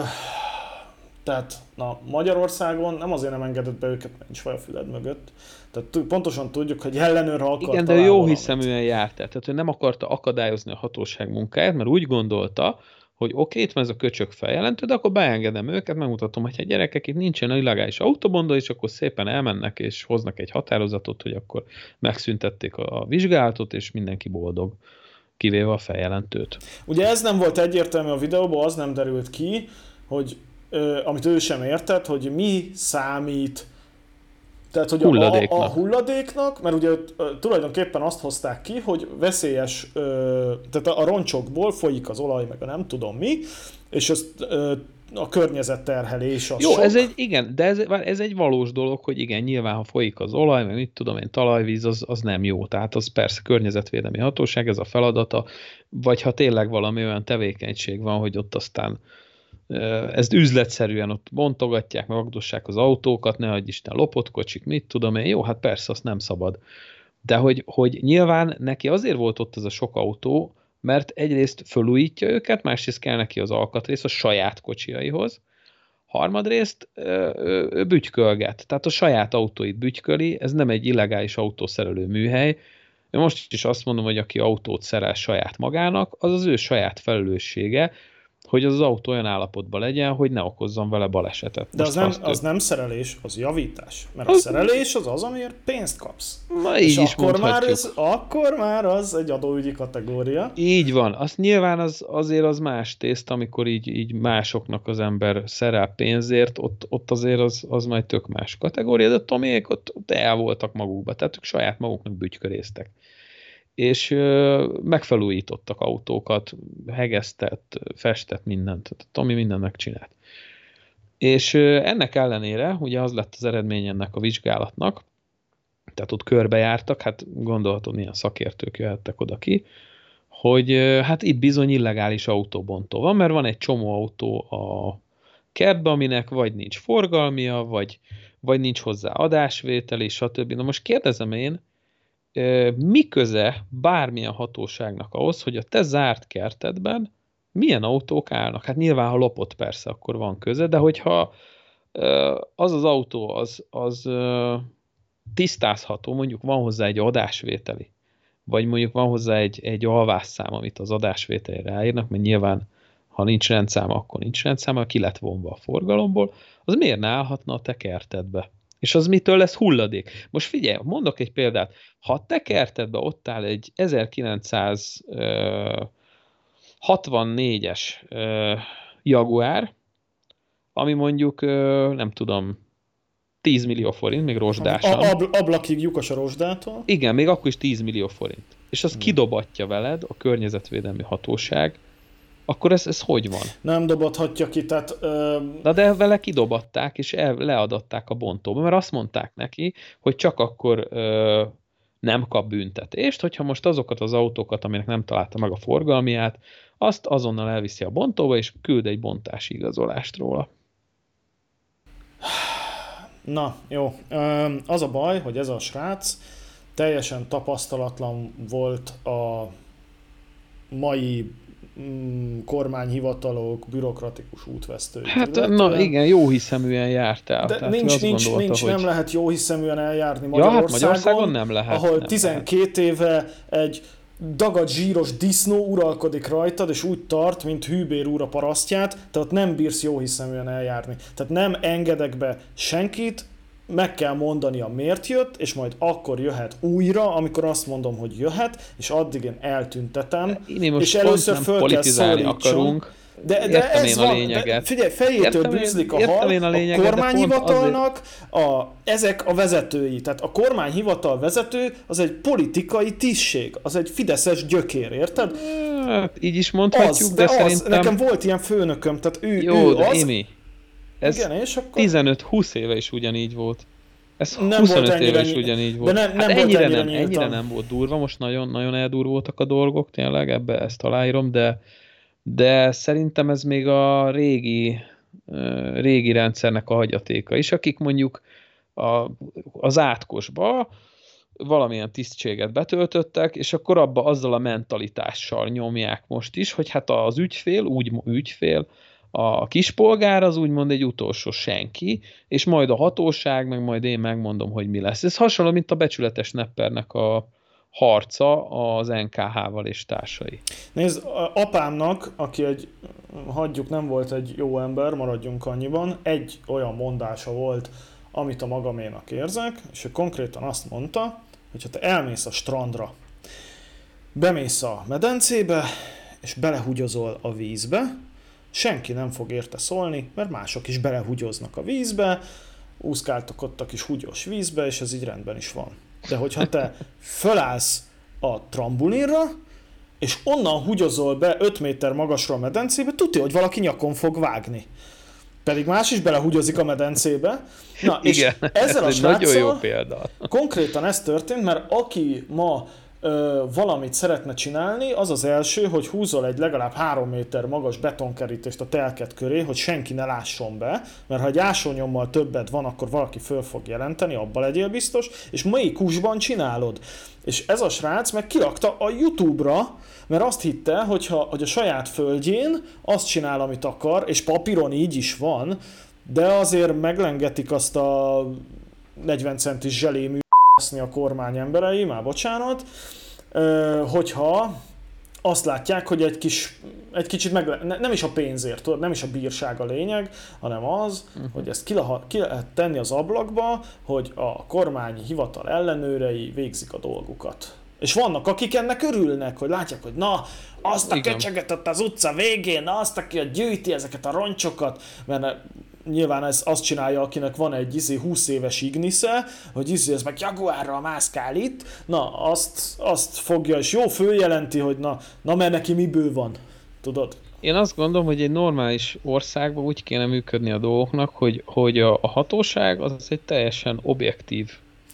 S1: tehát Magyarországon nem azért nem engedett be őket, mert nincs vaj a füled mögött. Tehát pontosan tudjuk, hogy ellenőr, ha akar.
S2: Igen, de jó hiszeműen járt. Tehát ő nem akarta akadályozni a hatóság munkáját, mert úgy gondolta, hogy oké, itt van ez a köcsög feljelentő, de akkor beengedem őket, megmutatom, hogy gyerekek, itt nincsen illegális autóbonda, és akkor szépen elmennek, és hoznak egy határozatot, hogy akkor megszüntették a vizsgálatot, és mindenki boldog, kivéve a feljelentőt.
S1: Ugye ez nem volt egyértelmű a videóban, az nem derült ki, hogy amit ő sem értett, hogy mi számít, tehát hogy a hulladéknak, mert ugye tulajdonképpen azt hozták ki, hogy veszélyes, tehát a roncsokból folyik az olaj, meg a nem tudom mi, és a környezetterhelés az
S2: jó,
S1: sok.
S2: Igen, de ez egy valós dolog, hogy igen, nyilván, ha folyik az olaj, meg mit tudom én, talajvíz, az nem jó. Tehát az persze környezetvédelmi hatóság, ez a feladata, vagy ha tényleg valami olyan tevékenység van, hogy ott aztán ezt üzletszerűen ott bontogatják, meg agdossák az autókat, ne adj Isten lopott kocsik, mit tudom én, jó, hát persze, azt nem szabad. De hogy nyilván neki azért volt ott ez a sok autó, mert egyrészt fölújítja őket, másrészt kell neki az alkatrész a saját kocsiaihoz, harmadrészt ő bütykölget, tehát a saját autóit bütyköli, ez nem egy illegális autószerelő műhely. Én most is azt mondom, hogy aki autót szerel saját magának, az az ő saját felelőssége, hogy az autó olyan állapotban legyen, hogy ne okozzon vele balesetet.
S1: De az nem szerelés, az javítás. Mert a szerelés az, amiért pénzt kapsz.
S2: És így
S1: akkor már az egy adóügyi kategória.
S2: Így van. Azt nyilván azért az más tészt, amikor így másoknak az ember szerel pénzért, ott azért az majd tök más kategória, de Tomiék ott el voltak magukba, tehát ők saját maguknak bütyköréztek. És megfelújítottak autókat, hegesztett, festett mindent. Tomi mindent megcsinált. És ennek ellenére, ugye az lett az eredmény ennek a vizsgálatnak, tehát ott körbejártak, hát gondolhatod, milyen szakértők jöhettek oda ki, hogy hát itt bizony illegális autóbontó van, mert van egy csomó autó a kertben, aminek vagy nincs forgalmia, vagy nincs hozzá adásvétel, és stb. Na most kérdezem én, mi köze bármilyen hatóságnak ahhoz, hogy a te zárt kertedben milyen autók állnak? Hát nyilván, ha lopott persze, akkor van köze, de hogyha az autó az tisztázható, mondjuk van hozzá egy adásvételi, vagy mondjuk van hozzá egy alvásszám, amit az adásvételére ráírnak, mert nyilván, ha nincs rendszáma, akkor nincs rendszáma, ki lett vonva a forgalomból, az miért ne állhatna a te kertedbe? És az mitől lesz hulladék? Most figyelj, mondok egy példát. Ha a te kertedbe ott áll egy 1964-es Jaguar, ami mondjuk, nem tudom, 10 millió forint, még rozsdásan.
S1: Ablakig lyukas a rozsdától.
S2: Igen, még akkor is 10 millió forint. És az kidobatja veled a környezetvédelmi hatóság, akkor ez hogy van?
S1: Nem dobadhatja ki, tehát...
S2: Na de vele kidobatták, és leadatták a bontóba, mert azt mondták neki, hogy csak akkor nem kap büntetést, hogyha most azokat az autókat, aminek nem találta meg a forgalmiát, azt azonnal elviszi a bontóba, és küld egy bontási igazolást róla.
S1: Na, jó. Az a baj, hogy ez a srác teljesen tapasztalatlan volt a mai kormányhivatalok, bürokratikus útvesztői.
S2: Hát na igen, jó hiszeműen járt el.
S1: De nincs, hogy... nem lehet jó hiszeműen eljárni
S2: Magyarországon. Hát Magyarországon nem lehet.
S1: Ahol
S2: nem
S1: 12 lehet. Éve egy dagadt zsíros disznó uralkodik rajtad, és úgy tart, mint Hűbér úr a parasztját, tehát nem bírsz jó hiszeműen eljárni. Tehát nem engedek be senkit, meg kell mondania, miért jött, és majd akkor jöhet újra, amikor azt mondom, hogy jöhet, és addig én eltüntetem, és először föl kell szólítson. De ez van, de figyelj, fejétől bűzlik a hal, a kormányhivatalnak ezek a vezetői. Tehát a kormányhivatal vezető az egy politikai tisztség, az egy fideszes gyökér, érted?
S2: Hát, így is mondhatjuk, de szerintem...
S1: Nekem volt ilyen főnököm, tehát
S2: ő az...
S1: Émi.
S2: Ez igen, és akkor... 15-20 éve is ugyanígy volt. Ez nem 25 éve is ugyanígy volt.
S1: De nem volt
S2: ennyire nem volt durva, most nagyon eldurvultak a dolgok, tényleg, ezt aláírom, de szerintem ez még a régi rendszernek a hagyatéka is, akik mondjuk az átkosba valamilyen tisztséget betöltöttek, és akkor abba azzal a mentalitással nyomják most is, hogy hát az ügyfél, a kispolgár az úgymond egy utolsó senki, és majd a hatóság, meg majd én megmondom, hogy mi lesz. Ez hasonló, mint a becsületes neppernek a harca az NKH-val és társai.
S1: Nézd, apámnak, aki nem volt egy jó ember, maradjunk annyiban, egy olyan mondása volt, amit a magaménak érzek, és ő konkrétan azt mondta, hogy ha te elmész a strandra, bemész a medencébe, és belehugyozol a vízbe, senki nem fog érte szólni, mert mások is belehugyoznak a vízbe, úszkáltok ott a kis húgyos vízbe, és ez így rendben is van. De hogyha te fölállsz a trambulinra, és onnan húgyozol be 5 méter magasra a medencébe, tudja, hogy valaki nyakon fog vágni. Pedig más is belehúgyozik a medencébe. Na,
S2: igen, és
S1: ezzel a
S2: sráccal nagyon jó példa.
S1: Konkrétan ez történt, mert aki ma valamit szeretne csinálni, az az első, hogy húzol egy legalább 3 méter magas betonkerítést a telket köré, hogy senki ne lásson be, mert ha egy ásónyommal többet van, akkor valaki föl fog jelenteni, abba legyél biztos, és melyik húsban csinálod. És ez a srác meg kirakta a YouTube-ra, mert azt hitte, hogy a saját földjén azt csinál, amit akar, és papíron így is van, de azért meglengetik azt a 40 centis zselémű a kormány emberei, már bocsánat, hogyha azt látják, hogy egy kicsit nem is a pénzért, tudod, nem is a bírság a lényeg, hanem az, hogy ezt ki lehet tenni az ablakba, hogy a kormányhivatal ellenőrei végzik a dolgukat. És vannak, akik ennek örülnek, hogy látják, hogy na, azt a köcsöget ott az utca végén, azt, aki ott gyűjti ezeket a roncsokat, mert nyilván ez azt csinálja, akinek van egy 20 éves Ignisze, hogy ez meg Jaguarral mászkál itt, na azt fogja, és jó följelenti, hogy na mert neki miből van, tudod?
S2: Én azt gondolom, hogy egy normális országban úgy kéne működni a dolgoknak, hogy a hatóság az egy teljesen objektív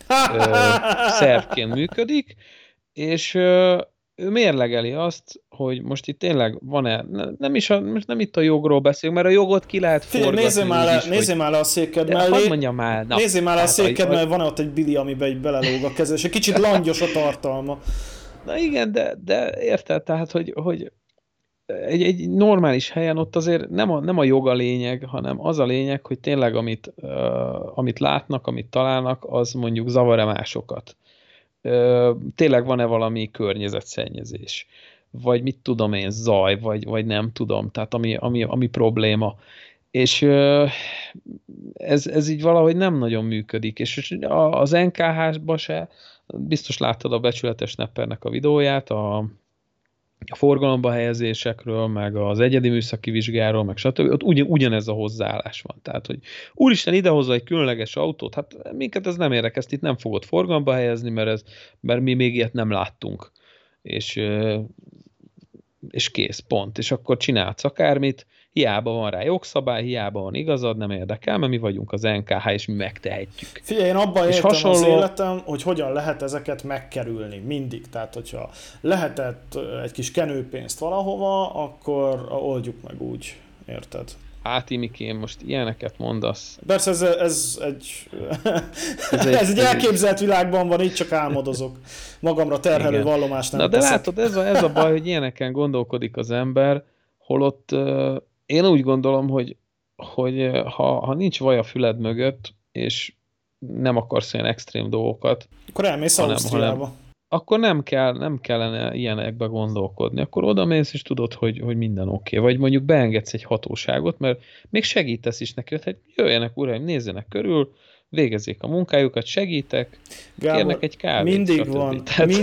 S2: szervként működik, és ő mérlegeli azt, hogy most itt tényleg van-e, nem itt a jogról beszélünk, mert a jogot ki lehet forgatni.
S1: Nézzél már le a széked mellé.
S2: Mondjam már.
S1: Nézzél már le a széked, mert van ott egy bili, amiben így belelóg a kezed, és egy kicsit langyos a tartalma.
S2: Na igen, de érted, tehát, hogy egy normális helyen ott azért nem a jog a lényeg, hanem az a lényeg, hogy tényleg amit látnak, amit találnak, az mondjuk zavar-e másokat. Tényleg van-e valami környezetszennyezés, vagy mit tudom én, zaj, vagy nem tudom, tehát ami probléma. És ez így valahogy nem nagyon működik, és az NKH-ban se, biztos láttad a Becsületes Snappernek a videóját, a forgalomba helyezésekről, meg az egyedi műszaki vizsgáról, meg stb. Ott ugyanez a hozzáállás van. Tehát, hogy úristen, idehozza egy különleges autót, hát minket ez nem érdekel, ezt itt nem fogod forgalomba helyezni, mert mi még ilyet nem láttunk. És kész, pont. És akkor csinálsz akármit, hiába van rá jogszabály, hiába van igazad, nem érdekel, mert mi vagyunk az NKH, és mi megtehetjük.
S1: Figyelj, én abban értem az életem, hogy hogyan lehet ezeket megkerülni, mindig. Tehát, hogyha lehetett egy kis kenőpénzt valahova, akkor oldjuk meg úgy, érted?
S2: Hát, Imikém, most ilyeneket mondasz.
S1: Persze ez egy elképzelt világban van, így csak álmodozok. Magamra terhelő vallomást nem
S2: teszek. De látod, ez a baj, hogy ilyeneken gondolkodik az ember, holott én úgy gondolom, hogy ha nincs vaj a füled mögött, és nem akarsz olyan extrém dolgokat,
S1: akkor elmész Ausztriába.
S2: Akkor nem kellene ilyenekbe gondolkodni. Akkor odamész, és tudod, hogy minden oké. Vagy mondjuk beengedsz egy hatóságot, mert még segítesz is neki, hogy jöjjenek uraim, nézzenek körül, végezzék a munkájukat, segítek, Gábor, kérnek egy kávét.
S1: Mindig van,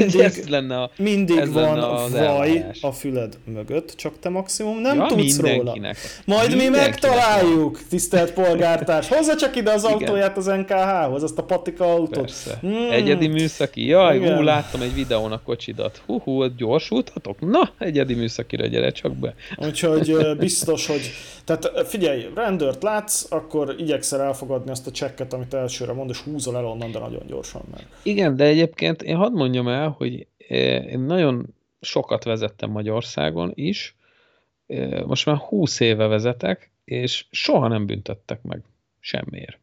S1: mindig van vaj a füled mögött, csak te maximum nem tudsz róla. Majd mi megtaláljuk, tisztelt polgártárs. Hozza csak ide az autóját az NKH-hoz, azt a patika autót.
S2: Egyedi műszaki. Jaj, láttam egy videón a kocsidat. Gyorsultatok? Na, egyedi műszakira gyere csak be.
S1: Úgyhogy biztos, hogy... Tehát figyelj, rendőrt látsz, akkor igyekszel elfogadni azt a csekket, amit elsőre mond, és húzol el onnan, de nagyon gyorsan meg.
S2: Igen, de egyébként én hadd mondjam el, hogy én nagyon sokat vezettem Magyarországon is, most már 20 éve vezetek, és soha nem büntettek meg semmiért.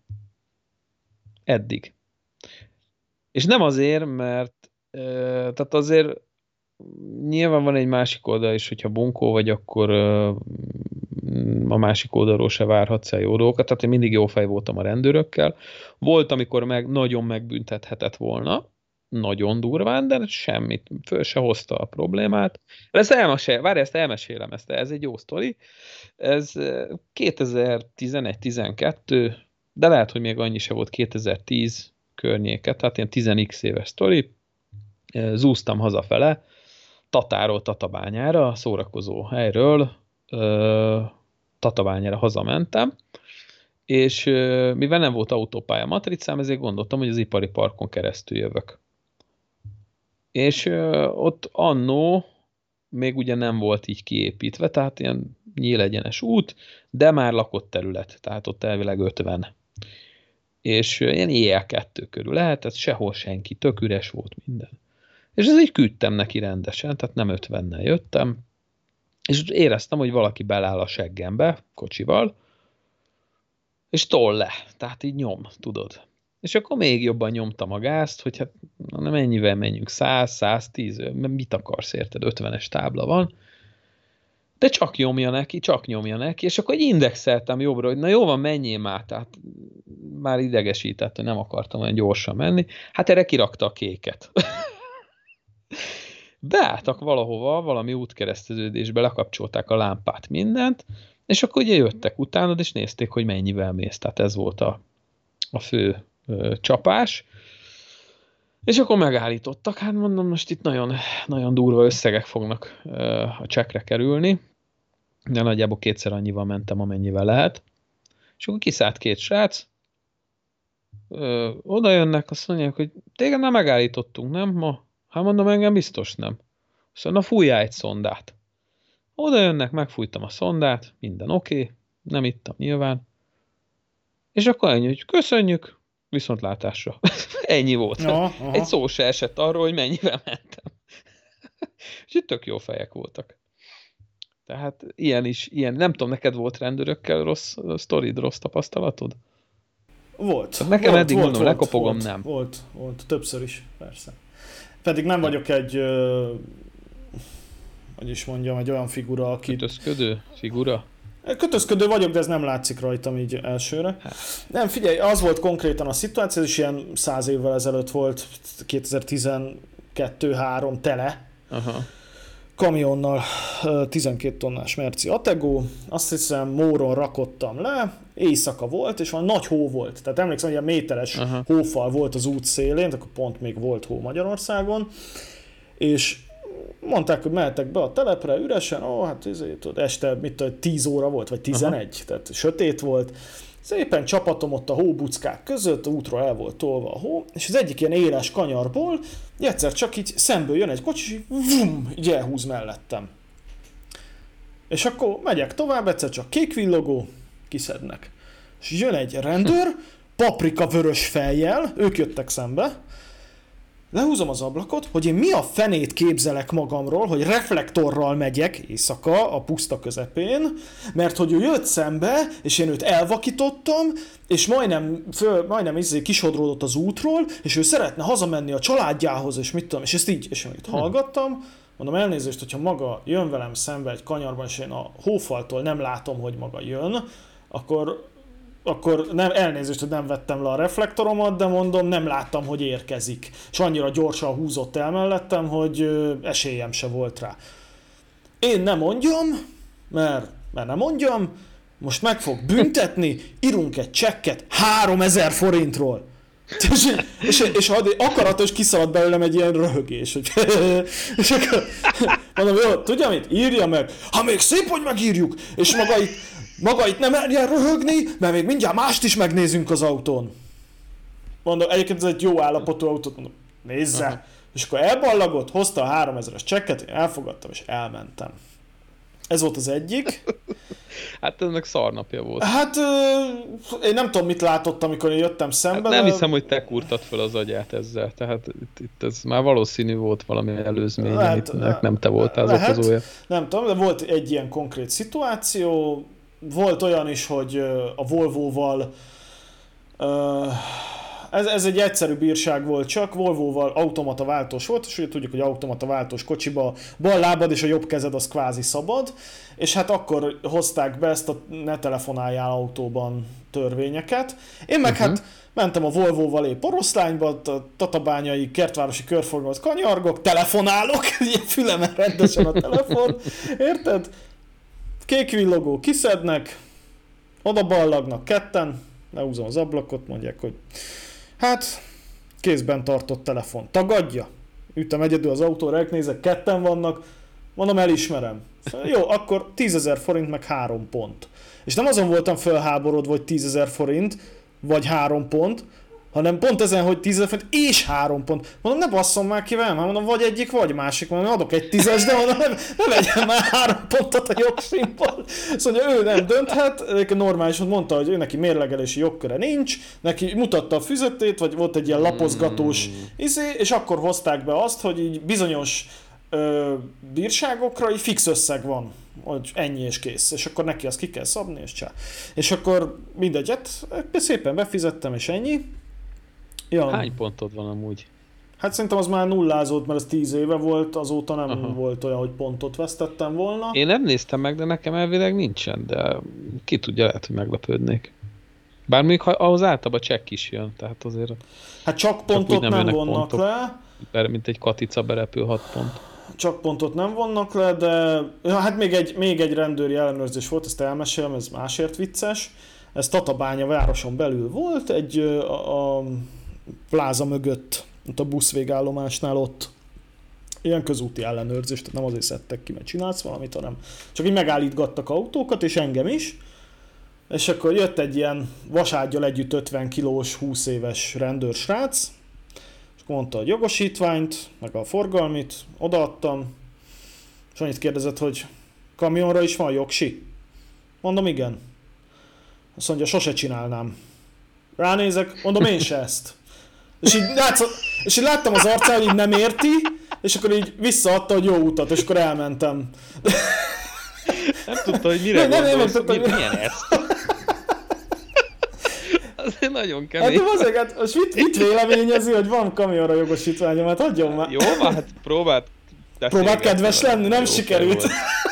S2: Eddig. És nem azért, mert tehát azért nyilván van egy másik oldal is, hogyha bunkó vagy, akkor a másik oldalról se várhatsz el jó dolgokat, tehát én mindig jó fej voltam a rendőrökkel. Volt, amikor nagyon megbüntethetett volna, nagyon durván, de semmit, föl se hozta a problémát. Ezt elmesélem, ez egy jó sztori. Ez 2011-12, de lehet, hogy még annyi se volt, 2010 környéket, tehát ilyen 10x éves sztori. Zúztam hazafele, Tatáról Tatabányára, szórakozó helyről, Tatabányára hazamentem, és mivel nem volt autópálya matricám, ezért gondoltam, hogy az ipari parkon keresztül jövök. És ott annó még ugye nem volt így kiépítve, tehát ilyen nyílegyenes út, de már lakott terület, tehát ott elvileg 50. És ilyen éjjel 2 körül lehetett, sehol senki, tök üres volt minden. És ez így küldtem neki rendesen, tehát nem 50-nel jöttem, és éreztem, hogy valaki beláll a seggembe, kocsival, és tol le, tehát így nyom, tudod. És akkor még jobban nyomtam a gázt, hogy hát nem ennyivel menjünk, 100, 110, mit akarsz, érted, 50-es tábla van, de csak nyomja neki, és akkor egy indexeltem jobbra, hogy na jó van, menjél már, tehát már idegesített, hogy nem akartam olyan gyorsan menni, hát erre kirakta a kéket. beálltak valahova, valami útkereszteződésbe, lekapcsolták a lámpát, mindent, és akkor ugye jöttek utánad, és nézték, hogy mennyivel mész. Tehát ez volt a fő csapás. És akkor megállítottak, hát mondom, most itt nagyon, nagyon durva összegek fognak a csekre kerülni, de nagyjából 2-szer annyival mentem, amennyivel lehet. És akkor kiszállt 2 srác, oda jönnek, azt mondják, hogy téged már megállítottunk, nem ma? Hát mondom, engem biztos nem. Szóval na fújjál egy szondát. Oda jönnek, megfújtam a szondát, minden oké, nem ittam nyilván. És akkor ennyi, hogy köszönjük, viszontlátásra. Ennyi volt. Aha. Egy szó se esett arról, hogy mennyivel mentem. És itt tök jó fejek voltak. Tehát ilyen, nem tudom, neked volt rendőrökkel rossz sztorid, rossz tapasztalatod?
S1: Volt.
S2: Nekem eddig mondom, lekopogom, nem.
S1: Volt, többször is, persze. Pedig nem vagyok egy, hogy is mondjam, egy olyan figura, aki...
S2: Kötözködő figura?
S1: Kötözködő vagyok, de ez nem látszik rajtam így elsőre. Nem, figyelj, az volt konkrétan a szituáció, ez is ilyen 100 évvel ezelőtt volt, 2012-3 tele. Aha. Kamionnal 12 tonnás merci Atego, azt hiszem Móron rakottam le, éjszaka volt, és van nagy hó volt. Tehát emlékszem, hogy ilyen méteres hófal volt az út szélén, akkor pont még volt hó Magyarországon, és mondták, hogy mehetek be a telepre üresen, hát este 10 óra volt, vagy 11, tehát sötét volt. Szépen csapatom ott a hóbuckák között, útról el volt tolva a hó, és az egyik ilyen éles kanyarból egyszer csak így szemből jön egy kocsi, és így elhúz mellettem. És akkor megyek tovább, egyszer csak kék villogó, kiszednek. És jön egy rendőr, paprika vörös fejjel, ők jöttek szembe, lehúzom az ablakot, hogy én mi a fenét képzelek magamról, hogy reflektorral megyek éjszaka a puszta közepén, mert hogy ő jött szembe, és én őt elvakítottam, és majdnem kisodródott az útról, és ő szeretne hazamenni a családjához, és mit tudom, és ezt így, és én itt hallgattam, mondom, elnézést, hogyha maga jön velem szembe egy kanyarban, és én a hófaltól nem látom, hogy maga jön, akkor nem, elnézést, hogy nem vettem le a reflektoromat, de mondom, nem láttam, hogy érkezik. És annyira gyorsan húzott el mellettem, hogy esélyem se volt rá. Én nem mondjam, mert nem mondjam, most meg fog büntetni, írunk egy csekket 3000 forintról. És akaratos kiszaladt belőlem egy ilyen röhögés. És akkor mondom, jó, tudja mit? Írja meg. Ha még szép, hogy megírjuk. És maga itt nem merjen röhögni, mert még mindjárt mást is megnézünk az autón. Mondom, egyébként ez egy jó állapotú autót, mondom, nézze. Aha. És akkor elballagott, hozta a 3000-es csekket, én elfogadtam és elmentem. Ez volt az egyik.
S2: Hát ennek szarnapja volt.
S1: Hát én nem tudom, mit látott, amikor én jöttem szembe.
S2: Hát nem hiszem, hogy te kurtad fel az agyát ezzel. Tehát itt ez már valószínű volt valami előzmény, amit nem te voltál az okozója. Nem
S1: tudom, de volt egy ilyen konkrét szituáció. Volt olyan is, hogy a Volvo-val, ez egy egyszerű bírság volt csak, Volvo-val automata váltós volt, és ugye tudjuk, hogy automata váltós kocsiba bal lábad és a jobb kezed az kvázi szabad, és hát akkor hozták be ezt a ne telefonáljál autóban törvényeket. Én meg hát mentem a Volvo-val épp Oroszlányba, a tatabányai kertvárosi körforgalmat kanyargok, telefonálok, ilyen fülemen rendesen a telefon, érted? Kék villogó kiszednek, oda ballagnak ketten, lehúzom az ablakot, mondják, hogy hát kézben tartott telefon. Tagadja? Ütem egyedül az autóra, elnézek, ketten vannak, mondom, elismerem. Jó, akkor 10 000 forint meg 3 pont. És nem azon voltam fölháborodva, hogy 10 000 forint, vagy 3 pont, hanem pont ezen, hogy 10 000 forint és 3 pont. Mondom, ne basszom már ki velem, mondom, vagy egyik, vagy másik. Mondom, adok egy 10-es, de mondom, ne vegyen már 3 pontot a jogsimból. Szóval ő nem dönthet, normálisan mondta, hogy ő neki mérlegelési jogköre nincs, neki mutatta a füzetét, vagy volt egy ilyen lapozgatós és akkor hozták be azt, hogy így bizonyos bírságokra így fix összeg van, hogy ennyi és kész, és akkor neki azt ki kell szabni, és csá. És akkor mindegyet szépen befizettem, és ennyi. Ja.
S2: Hány pontod van amúgy?
S1: Hát szerintem az már nullázott, mert ez 10 éve volt, azóta nem volt olyan, hogy pontot vesztettem volna.
S2: Én nem néztem meg, de nekem elvileg nincsen, de ki tudja, lehet, hogy meglepődnék. Bár még ahhoz általában csekk is jön, tehát azért...
S1: Hát csak pontot nem vonnak le.
S2: Mint egy katica berepül 6 pont.
S1: csak pontot nem vonnak le, de ja, hát még egy rendőri ellenőrzés volt, ezt elmesélem, ez másért vicces. Ez Tatabánya városon belül volt, a pláza mögött, ott a buszvégállomásnál ott ilyen közúti ellenőrzés, tehát nem azért szedtek ki, mert csinálsz valamit, hanem csak így megállítgattak autókat, és engem is. És akkor jött egy ilyen vasággyal együtt 50 kilós, 20 éves rendőrsrác, és mondta a jogosítványt, meg a forgalmit, odaadtam, és annyit kérdezett, hogy kamionra is van jogsi? Mondom, igen. Azt mondja, sose csinálnám. Ránézek, mondom, én se ezt. És így láttam az arcán, hogy így nem érti, és akkor így visszaadta, hogy jó utat, és akkor elmentem.
S2: Nem tudta, hogy mire gondolsz, milyen ez? Azért nagyon kemény.
S1: Hát azért, most mit véleményezi, hogy van kamionra jogosítványom, hát hagyjon már.
S2: Jó, hát próbált
S1: kedves lenni, nem sikerült.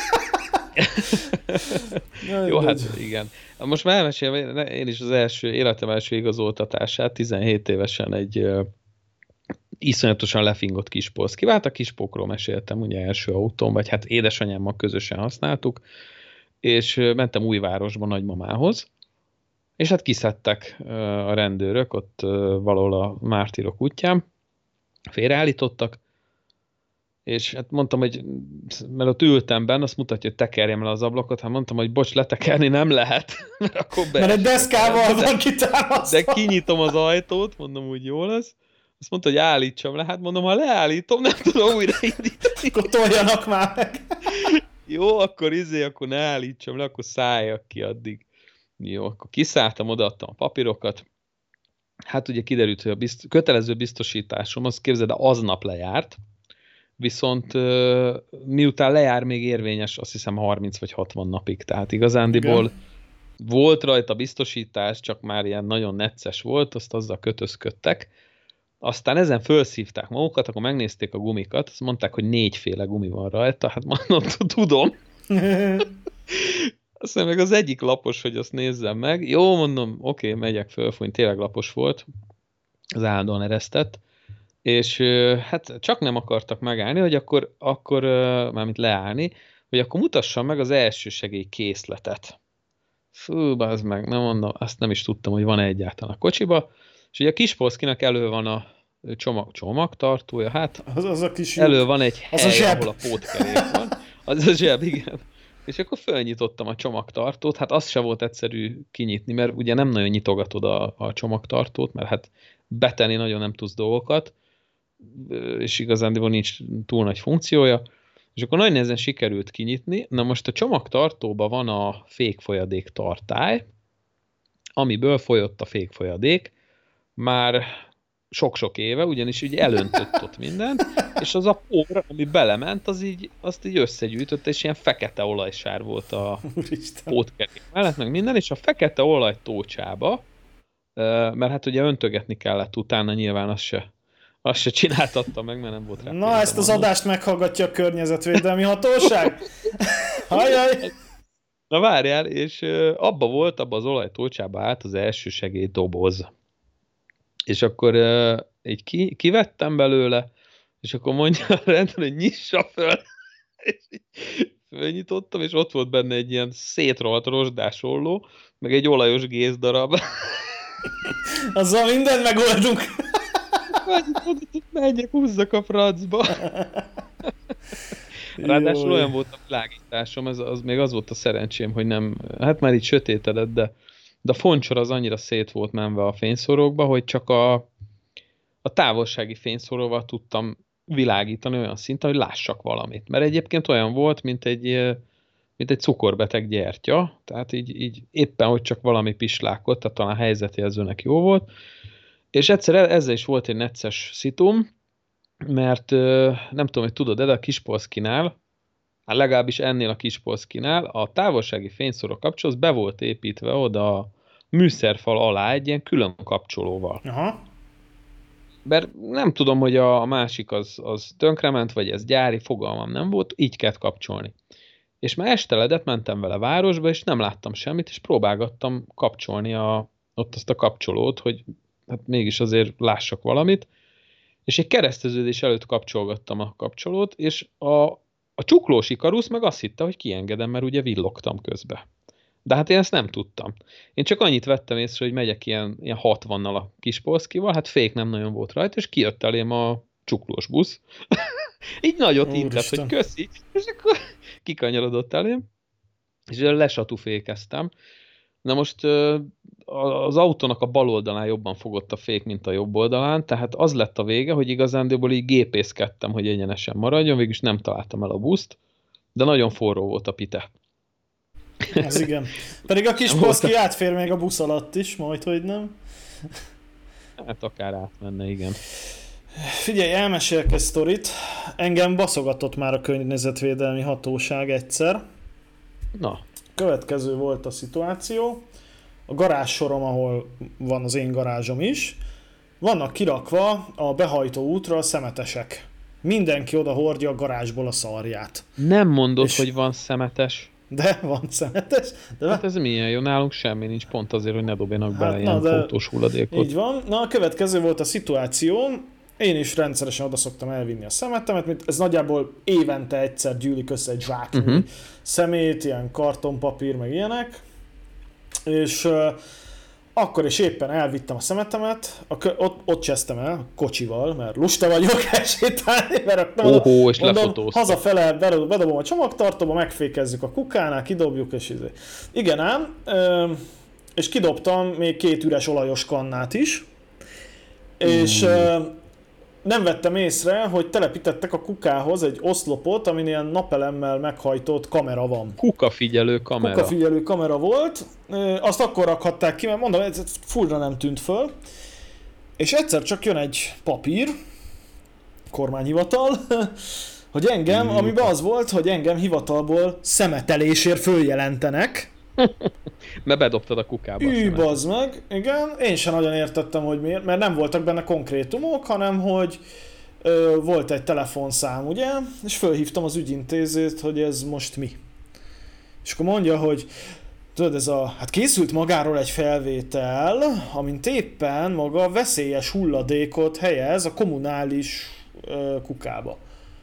S2: Jó, hát igen. Most már elmesélem, én is az életem első igazoltatását 17 évesen egy iszonyatosan lefingott Kispolszki vált. A Kispókról meséltem, ugye első autóm, vagy hát édesanyámmal közösen használtuk, és mentem Újvárosba nagymamához, és hát kiszedtek a rendőrök ott valahol a Mártírok útján, félreállítottak, és hát mondtam, hogy mert ott ültem benne, azt mutatja, hogy tekerjem le az ablakot, hát mondtam, hogy bocs, letekerni nem lehet, mert akkor
S1: mert egy deszkával van kitámasztva.
S2: De kinyitom az ajtót, mondom, úgy jó lesz. Azt mondta, hogy állítsam le, hát mondom, ha leállítom, nem tudom újraindítani.
S1: Akkor toljanak már meg.
S2: Jó, akkor akkor ne állítsam le, akkor szálljak ki addig. Jó, akkor kiszálltam, odaadtam a papírokat. Hát ugye kiderült, hogy a kötelező biztosításom, azt képzeld, de aznap lejárt, viszont miután lejár, még érvényes, azt hiszem 30 vagy 60 napig. Tehát igazándiból volt rajta biztosítás, csak már ilyen nagyon necces volt, azt azzal kötözködtek. Aztán ezen felszívták magukat, akkor megnézték a gumikat, azt mondták, hogy 4 féle gumi van rajta, hát mondom, tudom. Aztán meg az egyik lapos, hogy azt nézzem meg. Jó, mondom, oké, megyek fölfújni, tényleg lapos volt, az állandóan eresztett, és hát csak nem akartak megállni, hogy akkor mármint leállni, hogy akkor mutassam meg az elsősegély készletet. Fú, bazd meg, nem mondom, azt nem is tudtam, hogy van-e egyáltalán a kocsiba. És ugye a Kispolszkinak elő van a csomagtartója, hát
S1: az a kis
S2: elő van egy hely, ahol a pótkerék van. Az a zseb, igen. És akkor fölnyitottam a csomagtartót, hát az se volt egyszerű kinyitni, mert ugye nem nagyon nyitogatod a csomagtartót, mert hát betenni nagyon nem tudsz dolgokat, és igazándiból nincs túl nagy funkciója, és akkor nagyon nehezen sikerült kinyitni. Na most a csomagtartóban van a fékfolyadék tartály, amiből folyott a fékfolyadék, már sok-sok éve, ugyanis ugye elöntött ott mindent, és az a por, ami belement, azt így összegyűjtött, és ilyen fekete olajsár volt a pótkerék mellett, meg minden, és a fekete olaj tócsába, mert hát ugye öntögetni kellett utána, nyilván azt se csináltatta meg, mert nem volt rá.
S1: Na, ezt az adást meghallgatja a Környezetvédelmi Hatóság. Hajjaj!
S2: Na várjál, és abba az olajtócsába állt az elsősegély doboz. És akkor így kivettem belőle, és akkor mondja a rendőr, hogy nyissa föl. És így fölnyitottam, és ott volt benne egy ilyen szétrohadt rozsdás olló, meg egy olajos gézdarab.
S1: Azzal mindent megoldunk.
S2: Menjek, húzzak a francba. Ráadásul olyan volt a világításom, még az volt a szerencsém, hogy nem, hát már így sötétedett, de a foncsor az annyira szét volt menve a fényszórókba, hogy csak a távolsági fényszóróval tudtam világítani olyan szinten, hogy lássak valamit. Mert egyébként olyan volt, mint egy cukorbeteg gyertya, tehát így éppen, hogy csak valami pislákot, tehát talán helyzetjelzőnek jó volt. És egyszer ezzel is volt egy necces szitum, mert nem tudom, hogy tudod, de a Kispolszkinál, hát legalábbis ennél a Kispolszkinál a távolsági fényszóró kapcsoló, az be volt építve oda a műszerfal alá egy ilyen külön kapcsolóval.
S1: Aha.
S2: Mert nem tudom, hogy a másik az tönkrement, vagy ez gyári, fogalmam nem volt, így kellett kapcsolni. És már esteledett, mentem vele városba, és nem láttam semmit, és próbálgattam kapcsolni ott azt a kapcsolót, hogy hát mégis azért lássak valamit, és egy kereszteződés előtt kapcsolgattam a kapcsolót, és a csuklós Ikarusz meg azt hitte, hogy kiengedem, mert ugye villogtam közbe. De hát én ezt nem tudtam. Én csak annyit vettem észre, hogy megyek ilyen 60-nal a Kispolszkival, hát fék nem nagyon volt rajta, és kijött elém a csuklós busz. Így nagyot intett, hogy köszi, és akkor kikanyarodott elém, és lesatúfékeztem. Na most az autónak a bal oldalán jobban fogott a fék, mint a jobb oldalán, tehát az lett a vége, hogy igazándiból így gépészkedtem, hogy egyenesen maradjon, végülis nem találtam el a buszt, de nagyon forró volt a pite.
S1: Ez igen. Pedig a Kispolszki átfér még a busz alatt is, majd hogy nem.
S2: Hát akár átmenne, igen.
S1: Figyelj, elmesélek egy sztorit. Engem baszogatott már a környezetvédelmi hatóság egyszer.
S2: Na.
S1: Következő volt a szituáció. A garázssorom, ahol van az én garázsom is, vannak kirakva a behajtó útra a szemetesek. Mindenki oda hordja a garázsból a szarját.
S2: Nem mondod, hogy van szemetes.
S1: De van szemetes. De
S2: hát ez milyen jó, nálunk semmi nincs, pont azért, hogy ne dobjanak bele ilyen fotós hulladékot.
S1: Így van. Na, a következő volt a szituáció. Én is rendszeresen oda szoktam elvinni a szemetemet, mint ez nagyjából évente egyszer gyűlik össze egy zsáknyi szemét, ilyen kartonpapír, meg ilyenek. És akkor is éppen elvittem a szemetemet, ott csesztem el kocsival, mert lusta vagyok elsétálni, mert
S2: és lefotóztam.
S1: Hazafele bedobom a csomagtartóba, megfékezzük a kukánál, kidobjuk, és izé. Igen ám, és kidobtam még 2 üres olajos kannát is, és nem vettem észre, hogy telepítettek a kukához egy oszlopot, amin ilyen napelemmel meghajtott kamera van.
S2: Kukafigyelő kamera.
S1: Kukafigyelő kamera volt. Azt akkor rakhatták ki, mert mondom, ez fullra nem tűnt föl. És egyszer csak jön egy papír, kormányhivatal, hogy engem, amiben az volt, hogy engem hivatalból szemetelésért följelentenek.
S2: Mert bedobtad a kukába.
S1: Bazd meg, igen. Én sem nagyon értettem, hogy miért, mert nem voltak benne konkrétumok, hanem hogy volt egy telefonszám, ugye, és fölhívtam az ügyintézőt, hogy ez most mi. És akkor mondja, hogy tudod, hát készült magáról egy felvétel, amint éppen maga veszélyes hulladékot helyez a kommunális kukába.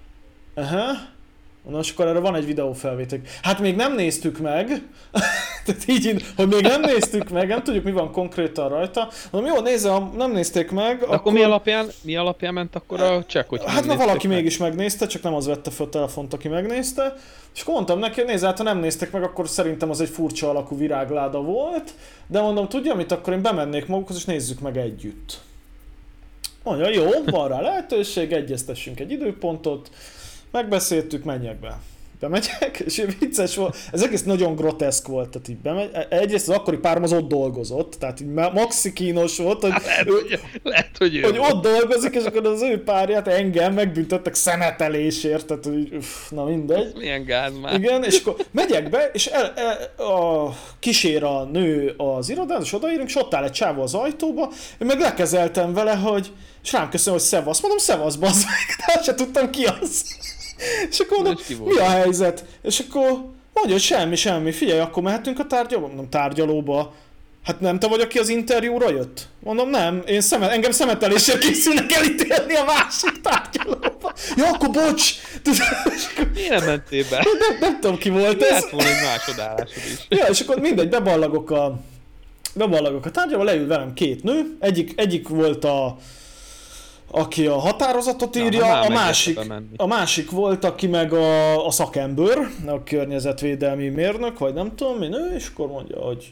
S1: Na, és akkor erre van egy videófelvétel. Hát még nem néztük meg, tehát így, hogy még nem néztük meg, nem tudjuk mi van konkrétan rajta. Mondom, jó, nézze, nem nézték meg.
S2: Akkor mi alapján ment akkor a csekk, hogy
S1: hát mert valaki mégis megnézte, csak nem az vette fel a telefont, aki megnézte. És akkor mondtam neki, hogy nézze, hát ha nem nézték meg, akkor szerintem az egy furcsa alakú virágláda volt. De mondom, tudja mit, akkor én bemennék magukhoz, és nézzük meg együtt. Mondja, jó, van rá lehetőség, egyeztessünk egy időpontot. Megbeszéltük, menjek be. Bemegyek, és vicces volt, ez egész nagyon groteszk volt, tehát így bemegy. Egyrészt az akkori párom az ott dolgozott, tehát így maxi kínos volt, hogy,
S2: lehet, hogy
S1: ott dolgozik, és akkor az ő párját engem megbüntettek szemetelésért, tehát hogy na mindegy.
S2: Ez milyen gáz már.
S1: Igen, és akkor megyek be, és kísér a nő az irodán, és odaírunk, és ott áll egy csávó az ajtóba, én meg lekezeltem vele, hogy, és rám köszönöm, hogy szevasz, mondom, szevasz, bazd meg, de azt se tudtam ki az. És akkor mondom, mi a helyzet? És akkor mondja, hogy semmi, figyelj, akkor mehetünk a tárgyalóba? Mondom, tárgyalóba. Hát nem te vagy, aki az interjúra jött? Mondom, nem, engem szemetelésért készülnek elítélni a másik tárgyalóba. Ja, akkor bocs!
S2: Miért nem mentél be?
S1: Nem tudom, ki volt ez.
S2: Lehet volna egy másodállásod is.
S1: Ja, és akkor mindegy, beballagok a tárgyalóba, leül velem 2 nő. Egyik volt aki a határozatot írja, a másik volt, aki meg a szakember, a környezetvédelmi mérnök, vagy nem tudom, mi nő, és akkor mondja, hogy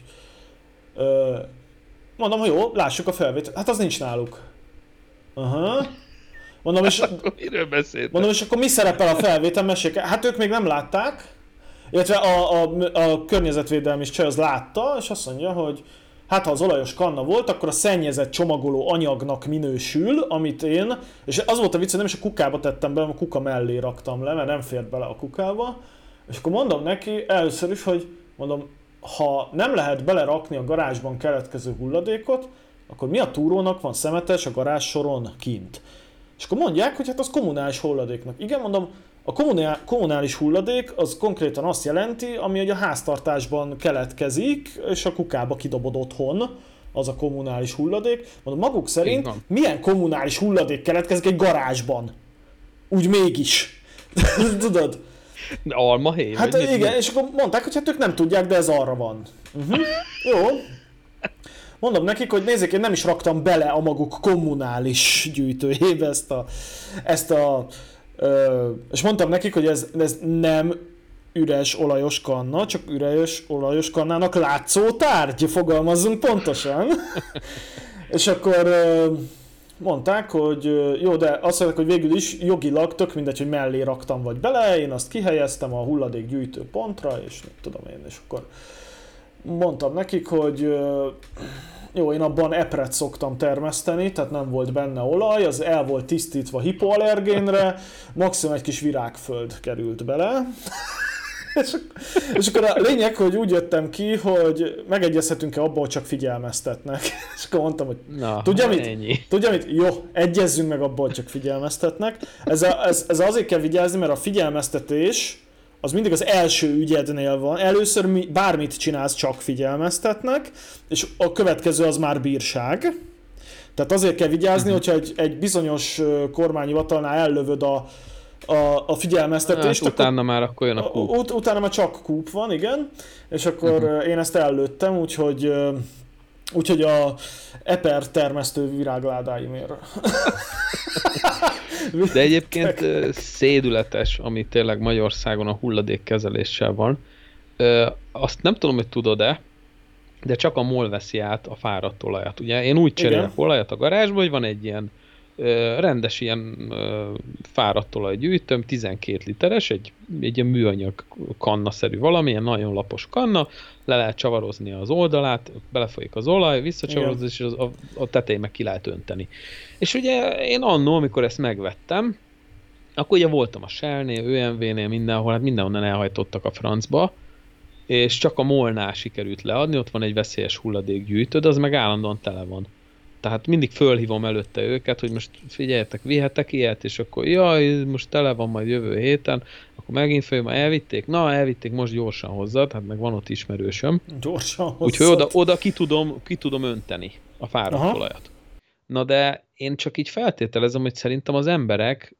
S1: mondom, hogy jó, lássuk a felvételt. Hát az nincs náluk. Mondom, és
S2: akkor miről beszéltek?
S1: Mondom, és akkor mi szerepel a felvétel, mesél? Hát ők még nem látták, illetve a környezetvédelmi csaj az látta, és azt mondja, hogy hát ha az olajos kanna volt, akkor a szennyezett csomagoló anyagnak minősül, amit én, és az volt a vicc, hogy nem is a kukába tettem be, hanem a kuka mellé raktam le, mert nem fért bele a kukába. És akkor mondom neki először is, hogy mondom, ha nem lehet belerakni a garázsban keletkező hulladékot, akkor mi a túrónak van szemetes a garázs soron kint? És akkor mondják, hogy hát az kommunális hulladéknak. Igen, mondom, a kommunális hulladék az konkrétan azt jelenti, ami a háztartásban keletkezik, és a kukába kidobod otthon, az a kommunális hulladék. Mondom, maguk szerint milyen kommunális hulladék keletkezik egy garázsban? Úgy mégis. Tudod?
S2: Almahéj?
S1: Hát igen, és akkor mondták, hogy hát ők nem tudják, de ez arra van. Jó. Mondom nekik, hogy nézzék, én nem is raktam bele a maguk kommunális gyűjtőjébe és mondtam nekik, hogy ez nem üres olajos kanna, csak üres olajos kannának látszó tárgy, fogalmazzunk pontosan. És akkor mondták, hogy jó, de azt mondják, hogy végül is jogilag tök mindegy, hogy mellé raktam vagy bele, én azt kihelyeztem a hulladékgyűjtő pontra, és nem tudom én, és akkor mondtam nekik, hogy jó, én abban epret szoktam termeszteni, tehát nem volt benne olaj, az el volt tisztítva hipoallergénre, maximum egy kis virágföld került bele. És akkor a lényeg, hogy úgy jöttem ki, hogy megegyezhetünk-e abban, hogy csak figyelmeztetnek. És akkor mondtam, hogy tudja mit? Jó, egyezzünk meg abban, hogy csak figyelmeztetnek. Ez azért kell vigyázni, mert a figyelmeztetés az mindig az első ügyednél van. Először bármit csinálsz, csak figyelmeztetnek, és a következő az már bírság. Tehát azért kell vigyázni, hogyha egy bizonyos kormányhivatalnál ellövöd a figyelmeztetést.
S2: Hát, utána már akkor jön a kúp.
S1: Utána már csak kúp van, igen. És akkor én ezt ellőttem, úgyhogy a eper termesztő virágládáimért.
S2: De egyébként szédületes, ami tényleg Magyarországon a hulladékkezeléssel van. Azt nem tudom, hogy tudod-e, de csak a MOL veszi át a fáradt olajat. Ugye én úgy cserélek olajat a garázsba, hogy van egy ilyen rendes ilyen fáradt olajgyűjtőm, 12 literes, egy ilyen műanyag kannaszerű valamilyen nagyon lapos kanna, le lehet csavarozni az oldalát, belefolyik az olaj, visszacsavarozni, és a tetején meg ki lehet önteni. És ugye én annól, amikor ezt megvettem, akkor ugye voltam a Shell-nél, ÖMV-nél, mindenhol, hát mindenhonnan elhajtottak a francba, és csak a MOL-nál sikerült leadni, ott van egy veszélyes hulladékgyűjtő, de az meg állandóan tele van. Tehát mindig fölhívom előtte őket, hogy most figyeljetek, vihetek ilyet, és akkor jaj, most tele van majd jövő héten, akkor megint följön, elvitték? Na, elvitték, most gyorsan hozzá, hát meg van ott ismerősöm.
S1: Gyorsan hozzá.
S2: Úgyhogy oda ki tudom önteni a fáradt olajat. Na de én csak így feltételezem, hogy szerintem az emberek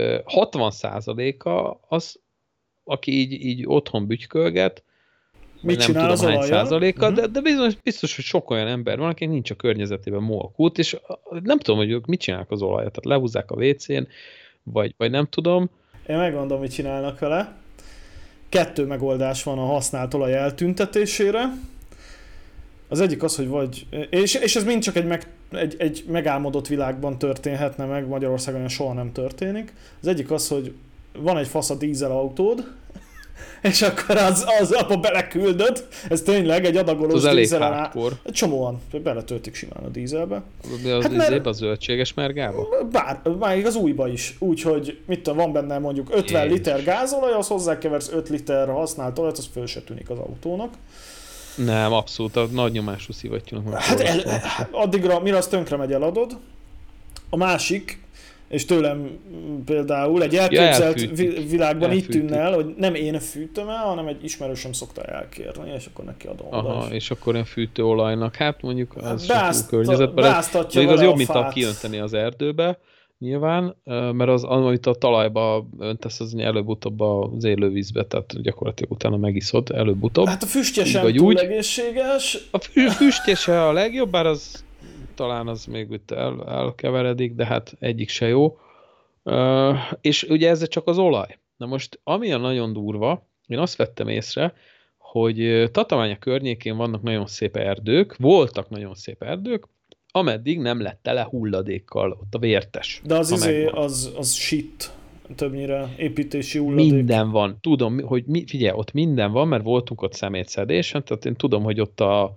S2: 60%-a az, aki így otthon bütykölget,
S1: mit nem tudom hány
S2: százaléka, de biztos, hogy sok olyan ember van, akinek nincs a környezetében molkút, és nem tudom, hogy ők mit csinálnak az olajat, tehát lehúzzák a WC-n, vagy nem tudom.
S1: Én megmondom, mit csinálnak vele. 2 megoldás van a használt olaj eltüntetésére. Az egyik az, hogy és ez mind csak egy megálmodott világban történhetne meg, Magyarországon soha nem történik. Az egyik az, hogy van egy fasz a dízelautód, és akkor az abba beleküldött, ez tényleg egy adagolós dízelen. Csomóan beletöltik simán a dízelbe.
S2: A zöldséges mergába?
S1: Bár az újba is. Úgyhogy mit tudom, van benne mondjuk 50 liter gázolaj, az hozzákeversz 5 liter használt olajat, az föl se tűnik az autónak.
S2: Nem, abszolút, a nagy nyomású szivattyúnak.
S1: Hát addigra, mire az tönkre megy, eladod. A másik, és tőlem például egy elképzelt világban így tűnne el, hogy nem én fűtöm el, hanem egy ismerősöm szokta elkérni, és akkor neki adom oda.
S2: És akkor ilyen fűtőolajnak, hát mondjuk az környezetben. Még az jobb, mint a kiönteni az erdőbe, nyilván, mert az, amit a talajba öntesz, az előbb-utóbb az élővízbe, tehát gyakorlatilag utána megiszod, előbb-utóbb.
S1: Hát a füstje sem túl egészséges.
S2: A füstje se a legjobb, bár az talán az még itt elkeveredik, de hát egyik se jó. És ugye ez csak az olaj. Na most, ami a nagyon durva, én azt vettem észre, hogy Tatabánya környékén vannak nagyon szép erdők, voltak nagyon szép erdők, ameddig nem lett tele hulladékkal, ott a vértes.
S1: De az shit, többnyire építési hulladék.
S2: Minden van. Tudom, hogy figyelj, ott minden van, mert voltunk ott szemétszedésen, tehát én tudom, hogy ott a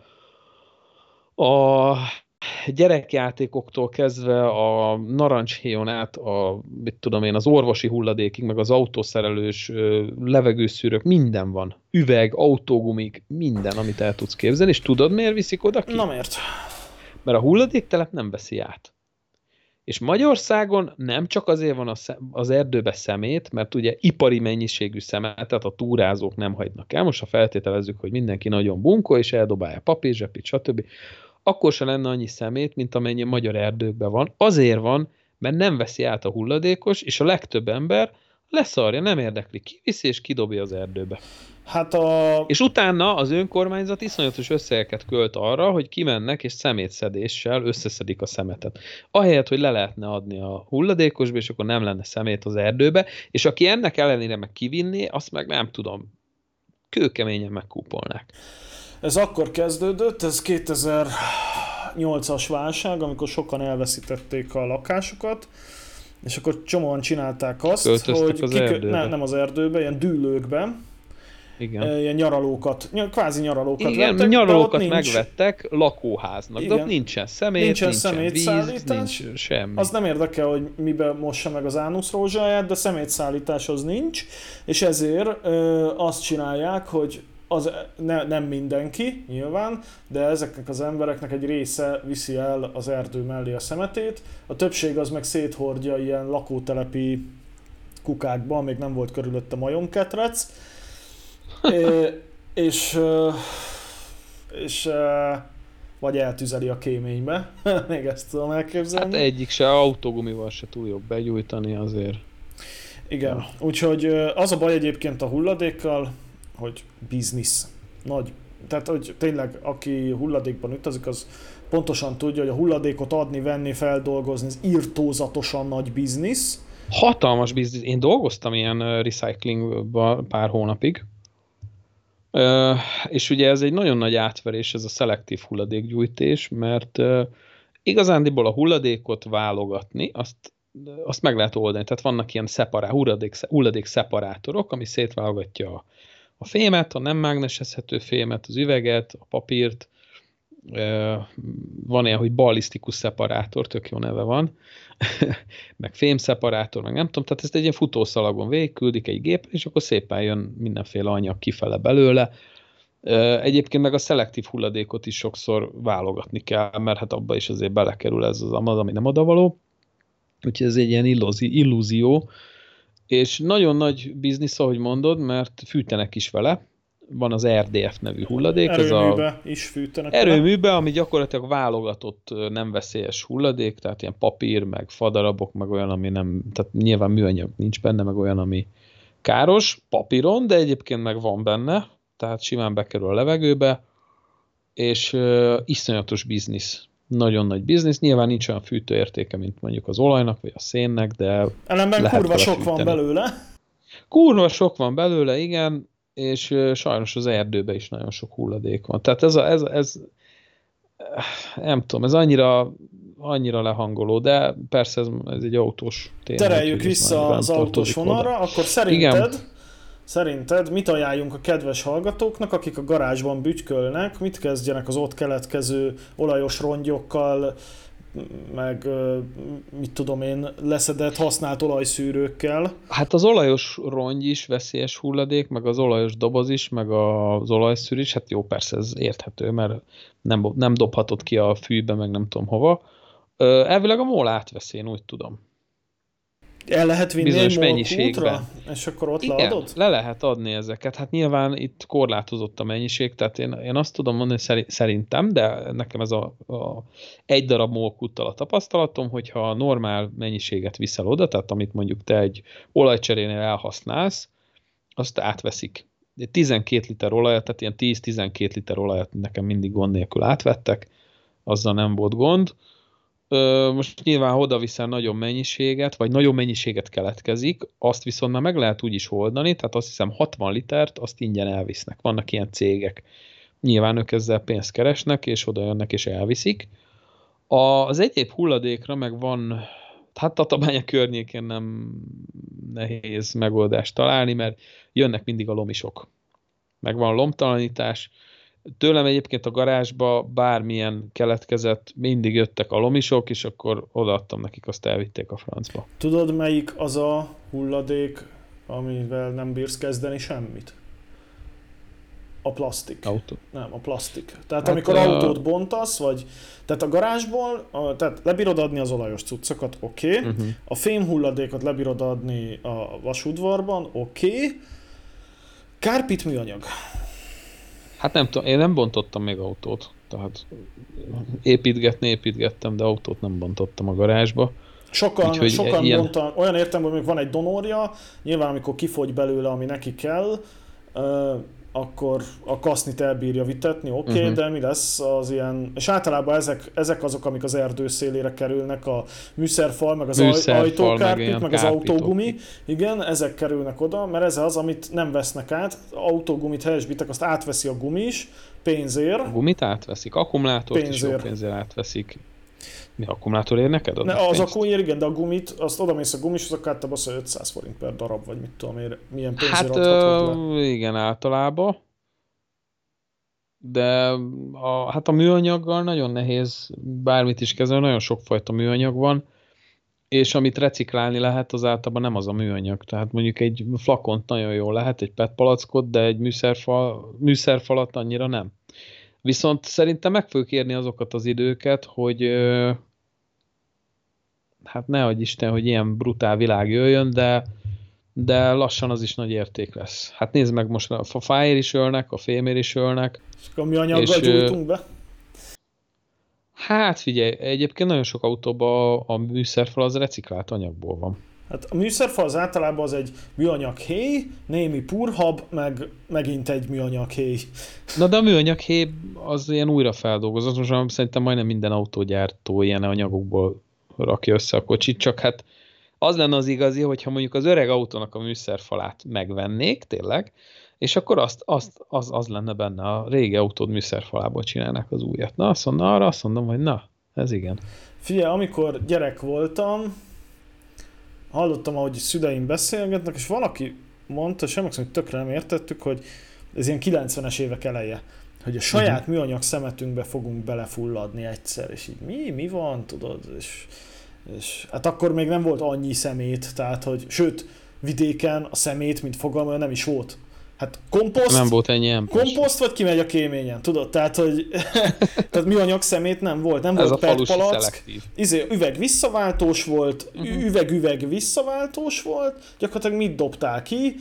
S2: gyerekjátékoktól kezdve a narancshéjon át az orvosi hulladékig, meg az autószerelős levegőszűrők, minden van. Üveg, autógumik, minden, amit el tudsz képzelni, és tudod, miért viszik oda ki?
S1: Na miért?
S2: Mert a hulladéktelep nem veszi át. És Magyarországon nem csak azért van az erdőbe szemét, mert ugye ipari mennyiségű szemetet a túrázók nem hagynak el. Most ha feltételezzük, hogy mindenki nagyon bunkó, és eldobálja papírzsepit, stb., akkor se lenne annyi szemét, mint amennyi magyar erdőkben van. Azért van, mert nem veszi át a hulladékos, és a legtöbb ember leszarja, nem érdekli, kiviszi és kidobja az erdőbe. És utána az önkormányzat iszonyatos összegeket költ arra, hogy kimennek és szemétszedéssel összeszedik a szemetet. Ahelyett, hogy le lehetne adni a hulladékosba, és akkor nem lenne szemét az erdőbe, és aki ennek ellenére meg kivinné, azt meg nem tudom, kőkeményen megkúpolnák.
S1: Ez akkor kezdődött, ez 2008-as válság, amikor sokan elveszítették a lakásukat, és akkor csomóan csinálták azt,
S2: költöztek hogy
S1: nem az erdőbe, ilyen dűlőkben,
S2: igen.
S1: Ilyen nyaralókat, kvázi nyaralókat
S2: igen,
S1: vettek.
S2: Nyaralókat megvettek lakóháznak, igen. De ott nincsen szemét, nincsen
S1: szemétszállítás,
S2: víz, nincs semmi.
S1: Az nem érdekel, hogy miben mossa meg az ánusz rózsáját, de szemétszállítás az nincs, és ezért azt csinálják, hogy nem mindenki, nyilván, de ezeknek az embereknek egy része viszi el az erdő mellé a szemetét, a többség az meg széthordja ilyen lakótelepi kukákba, még nem volt körülötte majomketrec, és vagy eltüzeli a kéménybe, még ezt tudom elképzelni.
S2: Hát egyik se, autógumival se túl jobb begyújtani azért.
S1: Igen, ja. Úgyhogy az a baj egyébként a hulladékkal, hogy biznisz. Nagy. Tehát, hogy tényleg, aki hulladékban utazik, az pontosan tudja, hogy a hulladékot adni, venni, feldolgozni, ez irtózatosan nagy biznisz.
S2: Hatalmas biznisz. Én dolgoztam ilyen recyclingban pár hónapig, és ugye ez egy nagyon nagy átverés, ez a szelektív hulladékgyűjtés, mert igazándiból a hulladékot válogatni, azt meg lehet oldani. Tehát vannak ilyen hulladék szeparátorok, ami szétválogatja a fémet, a nem mágnesezhető fémet, az üveget, a papírt. Van ilyen, hogy ballisztikus szeparátor, tök jó neve van, meg fémszeparátor, meg nem tudom, tehát ezt egy ilyen futószalagon végigküldik egy gép, és akkor szépen jön mindenféle anyag kifele belőle. Egyébként meg a szelektív hulladékot is sokszor válogatni kell, mert hát abba is azért belekerül ez az, ami nem odavaló. Úgyhogy ez egy ilyen illúzió, és nagyon nagy biznisz, ahogy mondod, mert fűtenek is vele. Van az RDF nevű hulladék.
S1: Erőműbe is fűtenek.
S2: Erőműbe, ami gyakorlatilag válogatott, nem veszélyes hulladék, tehát ilyen papír, meg fadarabok, meg olyan, ami nem, tehát nyilván műanyag nincs benne, meg olyan, ami káros papíron, de egyébként meg van benne, tehát simán bekerül a levegőbe, és iszonyatos biznisz. Nagyon nagy biznisz. Nyilván nincs olyan fűtőértéke, mint mondjuk az olajnak, vagy a szénnek, de
S1: ellenben kurva sok van belőle.
S2: Kurva sok van belőle, igen, és sajnos az erdőben is nagyon sok hulladék van. Tehát ez nem tudom, ez annyira lehangoló, de persze ez egy autós téma.
S1: Tereljük vissza az autós vonalra, akkor szerinted mit ajánljunk a kedves hallgatóknak, akik a garázsban bütykölnek, mit kezdjenek az ott keletkező olajos rongyokkal, meg mit tudom én, leszedett, használt olajszűrőkkel?
S2: Hát az olajos rongy is veszélyes hulladék, meg az olajos doboz is, meg az olajszűr is, hát jó, persze ez érthető, mert nem dobhatod ki a fűbe, meg nem tudom hova. Elvileg a MOL átveszi, én úgy tudom.
S1: El lehet vinni bizonyos egy mennyiségben, és akkor ott leadod?
S2: Le lehet adni ezeket. Hát nyilván itt korlátozott a mennyiség, tehát én azt tudom mondani szerintem, de nekem ez egy darab molkúttal a tapasztalatom, hogyha normál mennyiséget viszel oda, tehát amit mondjuk te egy olajcserénél elhasználsz, azt átveszik. 12 liter olajat, tehát ilyen 10-12 liter olajat nekem mindig gond nélkül átvettek, azzal nem volt gond. Most nyilván, ha oda viszel nagyobb mennyiséget, vagy nagyobb mennyiséget keletkezik, azt viszont már meg lehet úgy is oldani, tehát azt hiszem 60 litert, azt ingyen elvisznek. Vannak ilyen cégek. Nyilván ők ezzel pénzt keresnek, és oda jönnek, és elviszik. Az egyéb hulladékra meg van, hát Tatabánya környékén nem nehéz megoldást találni, mert jönnek mindig a lomisok. Meg van a lomtalanítás. Tőlem egyébként a garázsba bármilyen keletkezett, mindig jöttek a lomisok, és akkor odaadtam nekik, azt elvitték a francba.
S1: Tudod, melyik az a hulladék, amivel nem bírsz kezdeni semmit? A plastik.
S2: Autó.
S1: Nem, a plastik. Tehát hát amikor autót bontasz, vagy... Tehát a garázsból, tehát lebírod adni az olajos cuccokat, oké. A fémhulladékot lebírod adni a vasudvarban, oké. Kárpit műanyag.
S2: Hát nem tudom, én nem bontottam még autót. Tehát építgettem, de autót nem bontottam a garázsba.
S1: Sokan bontan, olyan értelemben, hogy van egy donorja, nyilván amikor kifogy belőle, ami neki kell, akkor a kasznit elbírja vitetni, oké, de mi lesz az ilyen... És általában ezek azok, amik az erdő szélére kerülnek, a műszerfal, meg az ajtókárpit, meg az autógumi. Igen, ezek kerülnek oda, mert ez az, amit nem vesznek át. Autógumit helyesbítek, azt átveszi a gumis, pénzért.
S2: A gumit átveszik, akkumulátort is jó pénzért átveszik. Mi akkumulátor ér neked?
S1: Az akkuér, igen, de a gumit, azt odamész a gumis, az általában 500 forint per darab, vagy mit tudom én, milyen pénzért adhatod le.
S2: Igen, általában. De a műanyaggal nagyon nehéz bármit is kezelni, nagyon sokfajta műanyag van, és amit reciklálni lehet, az általában nem az a műanyag. Tehát mondjuk egy flakont nagyon jól lehet, egy PET palackot, de egy műszerfalat annyira nem. Viszont szerintem meg fogjuk érni azokat az időket, hogy hát nehogy Isten, hogy ilyen brutál világ jöjjön, de lassan az is nagy érték lesz. Hát nézd meg, most a fáért is ölnek, a fémért is ölnek.
S1: És akkor mi anyaggal gyújtunk be?
S2: Hát figyelj, egyébként nagyon sok autóban a műszerfal az reciklált anyagból van.
S1: Hát a műszerfal az általában az egy műanyag héj, némi purhab, meg megint egy műanyag héj.
S2: Na de a műanyag héj az ilyen újrafeldolgozott, most szerintem majdnem minden autógyártó ilyen anyagokból rakja össze a kocsit, csak hát az lenne az igazi, hogyha mondjuk az öreg autónak a műszerfalát megvennék, tényleg, és akkor az lenne benne, a régi autód műszerfalából csinálnák az újat. Na, azt mondom, hogy na, ez igen.
S1: Figyelj, amikor gyerek voltam, hallottam, ahogy szüleim beszélgetnek, és valaki mondta, és emlékszem, hogy tökre nem értettük, hogy ez ilyen 90-es évek eleje, hogy a saját műanyag szemetünkbe fogunk belefulladni egyszer, és így mi van, tudod, és hát akkor még nem volt annyi szemét, tehát, hogy sőt, vidéken a szemét, mint fogalma, nem is volt. Hát komposzt,
S2: nem volt ennyi
S1: komposzt vagy kimegy a kéményen, tudod? Tehát, hogy tehát műanyag szemét nem volt PET palack, üveg visszaváltós volt, üveg visszaváltós volt, gyakorlatilag mit dobtál ki?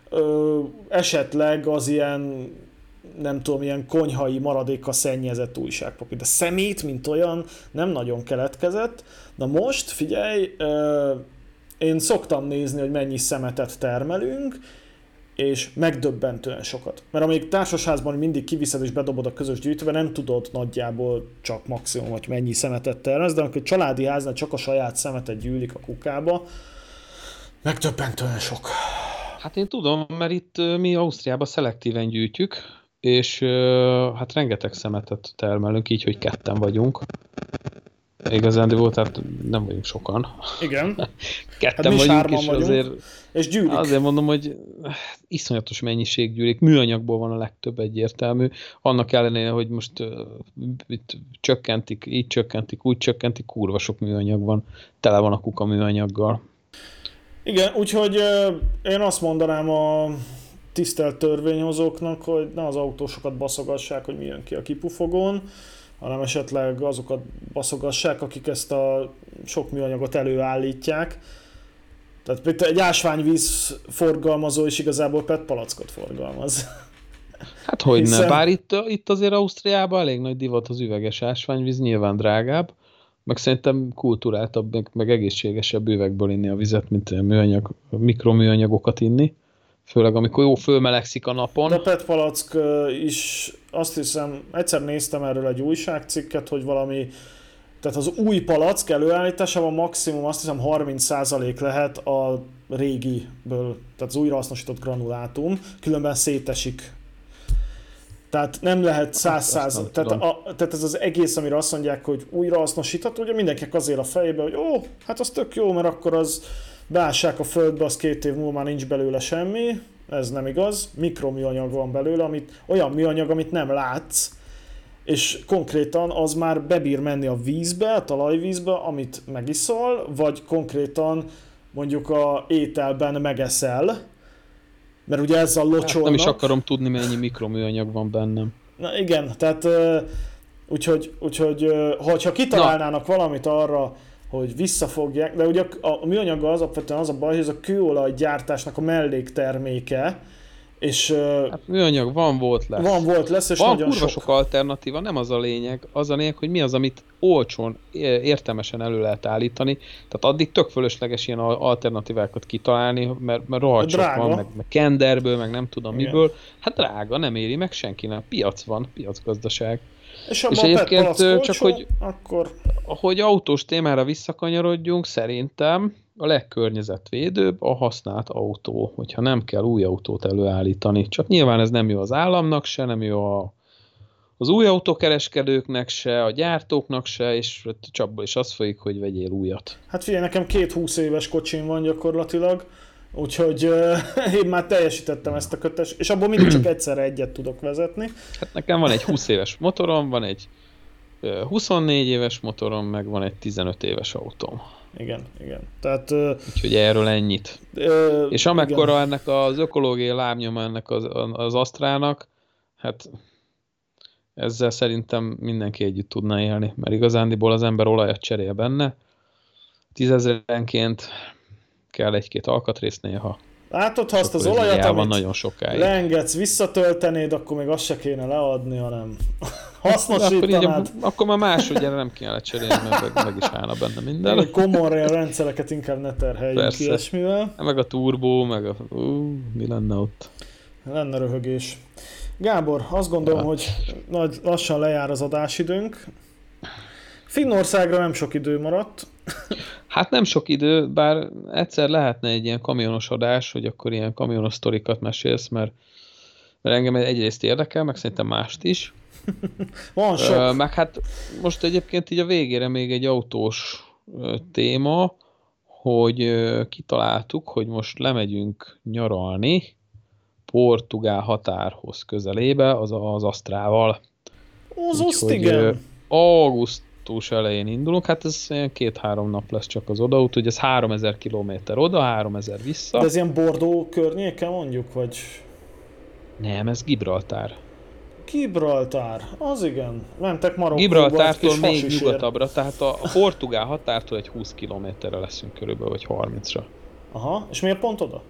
S1: Esetleg az ilyen, nem tudom, ilyen konyhai maradékkal szennyezett újságpapír, de szemét, mint olyan, nem nagyon keletkezett. Na most, figyelj, én szoktam nézni, hogy mennyi szemetet termelünk, és megdöbbentően sokat. Mert amíg társasházban mindig kiviszed és bedobod a közös gyűjtőbe, nem tudod nagyjából csak maximum, hogy mennyi szemetet termelsz, de amikor egy családi háznál csak a saját szemetet gyűlik a kukába, megdöbbentően sok.
S2: Hát én tudom, mert itt mi Ausztriában szelektíven gyűjtjük, és hát rengeteg szemetet termelünk, így, hogy ketten vagyunk. Igazándiból, tehát nem vagyunk sokan.
S1: Igen.
S2: Ketten vagyunk, és
S1: és gyűlik.
S2: Azért mondom, hogy iszonyatos mennyiség gyűlik. Műanyagból van a legtöbb, egyértelmű. Annak ellenére, hogy most itt csökkentik, így csökkentik, úgy csökkentik, kurva sok műanyag van. Tele van a kuka műanyaggal.
S1: Igen, úgyhogy én azt mondanám a tisztelt törvényhozóknak, hogy ne az autósokat baszogassák, hogy mi jön ki a kipufogón, hanem esetleg azokat baszogassák, akik ezt a sok műanyagot előállítják. Tehát például egy ásványvíz forgalmazó is igazából PET palackot forgalmaz.
S2: Hát hogyne, bár itt azért Ausztriában elég nagy divat az üveges ásványvíz, nyilván drágább, meg szerintem kulturáltabb, meg egészségesebb üvegből inni a vizet, mint mikroműanyagokat inni. Főleg amikor jó fölmelegszik a napon.
S1: De a PET palack is, azt hiszem, egyszer néztem erről egy újságcikket, hogy valami, tehát az új palack előállításában maximum azt hiszem 30% lehet a régiből, tehát az újrahasznosított granulátum, különben szétesik. Tehát nem lehet 100%. Tehát ez az egész, amire azt mondják, hogy újrahasznosítható, ugye mindenkinek azért a fejébe, hogy hát az tök jó, mert akkor az beássák a földbe, az 2 év múlva már nincs belőle semmi, ez nem igaz, mikroműanyag van belőle, olyan műanyag, amit nem látsz, és konkrétan az már bebír menni a vízbe, a talajvízbe, amit megiszol, vagy konkrétan mondjuk a ételben megeszel, mert ugye ezzel locsolnak. Hát
S2: nem is akarom tudni, mennyi mikroműanyag van bennem.
S1: Na igen, tehát úgyhogy ha kitalálnának valamit arra, hogy visszafogják, de ugye a műanyaggal alapvetően az a baj, hogy ez a kőolaj gyártásnak a mellékterméke, És,
S2: hát műanyag volt, lesz.
S1: Van, volt, lesz, és
S2: van
S1: nagyon
S2: kurva sok alternatíva, nem az a lényeg. Az a lényeg, hogy mi az, amit olcsón, értelmesen elő lehet állítani. Tehát addig tök fölösleges ilyen alternatívákat kitalálni, mert rohadt sok van, meg kenderből, meg nem tudom igen. miből. Hát drága, nem éri meg senkinek. Piac van, piacgazdaság.
S1: És egyébként csak,
S2: hogy autós témára visszakanyarodjunk, szerintem a legkörnyezetvédőbb a használt autó, hogyha nem kell új autót előállítani. Csak nyilván ez nem jó az államnak se, nem jó az új autókereskedőknek se, a gyártóknak se, és csapból is az folyik, hogy vegyél újat.
S1: Hát figyelj, nekem 2 20 éves kocsim van gyakorlatilag, úgyhogy én már teljesítettem ezt a kötést, és abból mindig csak egyszerre egyet tudok vezetni.
S2: Hát nekem van egy 20 éves motorom, van egy 24 éves motorom, meg van egy 15 éves autóm.
S1: Igen. Tehát,
S2: úgyhogy erről ennyit. És amekkora igen. ennek az ökológiai lábnyoma ennek az Astrának, hát ezzel szerintem mindenki együtt tudna élni, mert igazándiból az ember olajat cserél benne. 10 000-enként kell 1-2 alkatrész néha.
S1: Látod, ha azt az olajat, amit
S2: nagyon sokáig
S1: leengedsz, visszatöltenéd, akkor még azt se kéne leadni, hanem hasznosítanád.
S2: Akkor már másodjára nem kéne lecserélni, mert meg is állna benne minden.
S1: A common rail rendszereket inkább ne terheljünk ilyesmivel.
S2: Meg a turbó, meg a... mi lenne ott?
S1: Lenne röhögés. Gábor, azt gondolom, hogy lassan lejár az adásidőnk. Finnországra nem sok idő maradt.
S2: Hát nem sok idő, bár egyszer lehetne egy ilyen kamionos adás, hogy akkor ilyen kamionos sztorikat mesélsz, mert engem egyrészt érdekel, meg szerintem mást is.
S1: Van sok.
S2: Meg hát most egyébként így a végére még egy autós téma, hogy kitaláltuk, hogy most lemegyünk nyaralni Portugál határhoz közelébe, az Astrával.
S1: Igen.
S2: Augusztus elején indulunk, hát ez ilyen 2-3 nap lesz csak az odaút, ugye ez 3000 kilométer oda, 3000 vissza.
S1: De ez ilyen Bordeaux környéken mondjuk, vagy?
S2: Nem, ez Gibraltár.
S1: Gibraltár, az igen. Mentek Marokkóba.
S2: Gibraltártól még nyugatabbra, tehát a portugál határtól egy 20 kilométerre leszünk körülbelül, vagy 30-ra.
S1: Aha, és miért pont oda?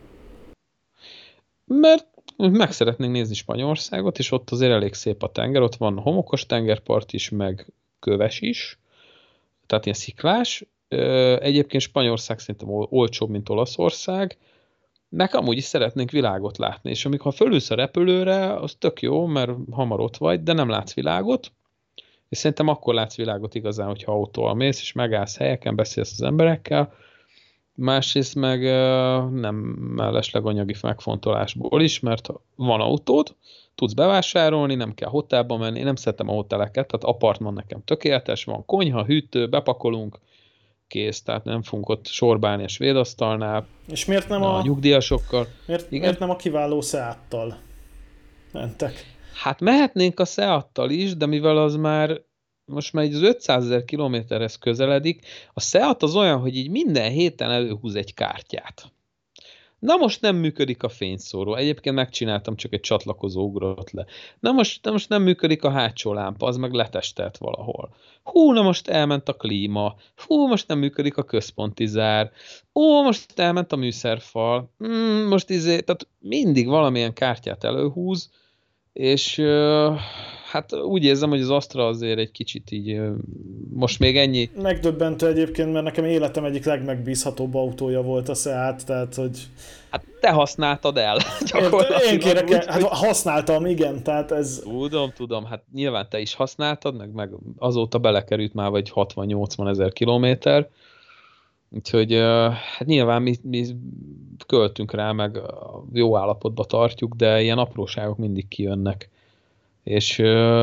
S2: Mert meg szeretnénk nézni Spanyolországot, és ott azért elég szép a tenger, ott van homokos tengerpart is, meg köves is, tehát ilyen sziklás. Egyébként Spanyolország szerintem olcsóbb, mint Olaszország, meg amúgy is szeretnénk világot látni, és amikor fölülsz a repülőre, az tök jó, mert hamar ott vagy, de nem látsz világot, és szerintem akkor látsz világot igazán, hogyha autóval mész, és megállsz helyeken, beszélsz az emberekkel, másrészt meg nem mellesleg anyagi megfontolásból is, mert van autód, tudsz bevásárolni, nem kell hotelba menni, én nem szeretem a hoteleket, tehát apartman nekem tökéletes, van konyha, hűtő, bepakolunk, kész, tehát nem fogunk ott sorbálni a svéd asztalnál.
S1: És miért nem
S2: a nyugdíjasokkal?
S1: Miért nem a kiváló Seattal mentek?
S2: Hát mehetnénk a Seattal is, de mivel az már most már az 500 000 kilométerhez közeledik, a Seat az olyan, hogy így minden héten előhúz egy kártyát. Na most nem működik a fényszóró. Egyébként megcsináltam, csak egy csatlakozó ugrott le. Na most nem működik a hátsó lámpa, az meg letestelt valahol. Na most elment a klíma. Most nem működik a központi zár. Most elment a műszerfal. Tehát mindig valamilyen kártyát előhúz, és hát úgy érzem, hogy az Astra azért egy kicsit így, most még ennyi.
S1: Megdöbbentő egyébként, mert nekem életem egyik legmegbízhatóbb autója volt a Seat, tehát hogy...
S2: Hát te használtad el.
S1: Én kérek el, hát használtam, igen, tehát ez...
S2: Tudom, hát nyilván te is használtad, meg azóta belekerült már vagy 60-80 000 kilométer, úgyhogy hát nyilván mi költünk rá, meg jó állapotba tartjuk, de ilyen apróságok mindig kijönnek. És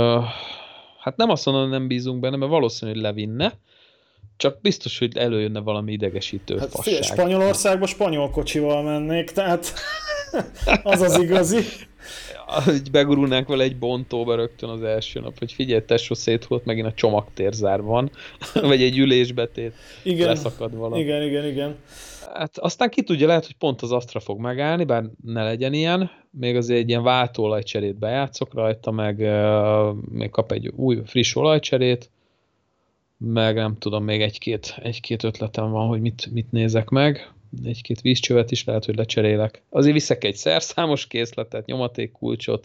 S2: hát nem azt mondom, hogy nem bízunk benne, mert valószínű, hogy levinne, csak biztos, hogy előjönne valami idegesítő fasság.
S1: Hát Spanyolországba spanyol kocsival mennék, tehát az az igazi.
S2: Hogy begurulnánk vele egy bontóba rögtön az első nap, hogy figyelj, tesó, széthult, megint a csomagtérzár van, vagy egy ülésbetét, leszakad valami.
S1: Igen.
S2: Hát aztán ki tudja, lehet, hogy pont az Astra fog megállni, bár ne legyen ilyen, még azért egy ilyen váltóolajcserét bejátszok rajta, meg még kap egy új, friss olajcserét, meg nem tudom, még egy-két ötletem van, hogy mit nézek meg. egy-két vízcsövet is lehet, hogy lecserélek. Azért viszek egy szerszámos készletet, nyomatékkulcsot,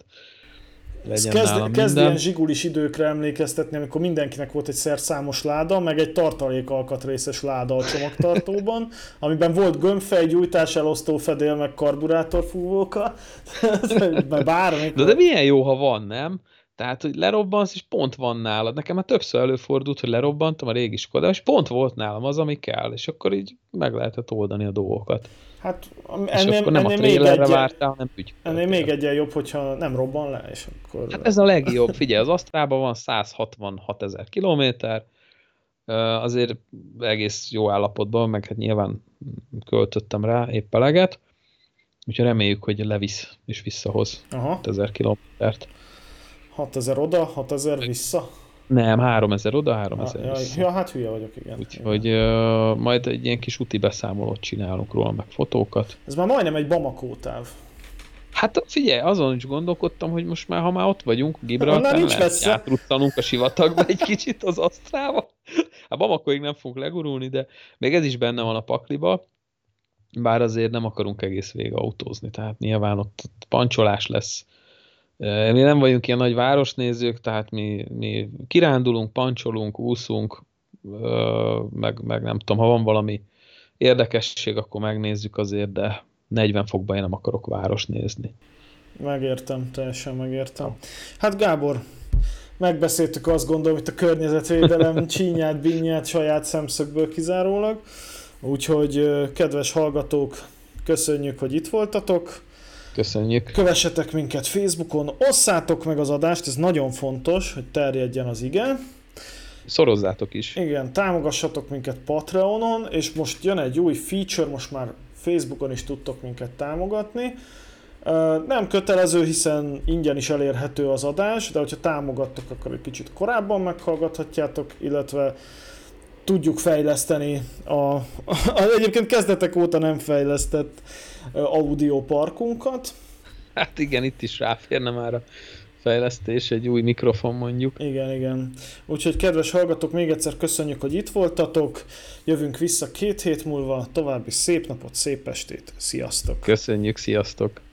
S1: kezd ilyen zsigulis időkre emlékeztetni, amikor mindenkinek volt egy szerszámos láda, meg egy tartalékalkatrészes láda a csomagtartóban, amiben volt gömbfej, gyújtás, elosztó fedél, meg karburátorfúvóka. Bármikor.
S2: De milyen jó, ha van, nem? Tehát, hogy lerobbansz, és pont van nálad. Nekem már többször előfordult, hogy lerobbantam a régi Skodában, és pont volt nálam az, ami kell, és akkor így meg lehetett oldani a dolgokat.
S1: Hát
S2: akkor nem a trailerre vártál, hanem ügyködtél.
S1: Ennél még egyen jobb, hogyha nem robban le, és akkor...
S2: Hát ez a legjobb. Figyelj, az Astrában van 166 000 kilométer, azért egész jó állapotban, meg hát nyilván költöttem rá épp eleget, úgyhogy reméljük, hogy levisz és visszahoz 6000 kilométert.
S1: 6000 oda, 6000 vissza?
S2: Nem, 3000 oda, 3000 vissza.
S1: Ja, hát hülye vagyok, igen.
S2: Úgyhogy majd egy ilyen kis úti beszámolót csinálunk róla, meg fotókat.
S1: Ez már majdnem egy Bamako táv.
S2: Hát figyelj, azon is gondolkodtam, hogy most már, ha már ott vagyunk, Gibraltáron, lehet átruttanunk a sivatagba egy kicsit az Asztrába. Hát Bamakoig nem fogunk legurulni, de még ez is benne van a pakliba, bár azért nem akarunk egész végig autózni, tehát nyilván ott pancsolás lesz. Mi nem vagyunk ilyen nagy városnézők, tehát mi kirándulunk, pancsolunk, úszunk, meg nem tudom, ha van valami érdekesség, akkor megnézzük azért, de 40 fokban én nem akarok város nézni.
S1: Megértem, teljesen megértem. Hát Gábor, megbeszéltük azt gondolom, itt a környezetvédelem csínyát, bínyát saját szemszögből kizárólag. Úgyhogy kedves hallgatók, köszönjük, hogy itt voltatok.
S2: Köszönjük.
S1: Kövessetek minket Facebookon, osszátok meg az adást, ez nagyon fontos, hogy terjedjen az ige.
S2: Szorozzátok is.
S1: Igen, támogassatok minket Patreonon, és most jön egy új feature, most már Facebookon is tudtok minket támogatni. Nem kötelező, hiszen ingyen is elérhető az adás, de hogyha támogattok, akkor egy kicsit korábban meghallgathatjátok, illetve tudjuk fejleszteni egyébként kezdetek óta nem fejlesztett audioparkunkat.
S2: Hát igen, itt is ráférne már a fejlesztés, egy új mikrofon mondjuk.
S1: Igen. Úgyhogy kedves hallgatók, még egyszer köszönjük, hogy itt voltatok. Jövünk vissza 2 hét múlva. További szép napot, szép estét. Sziasztok!
S2: Köszönjük, sziasztok!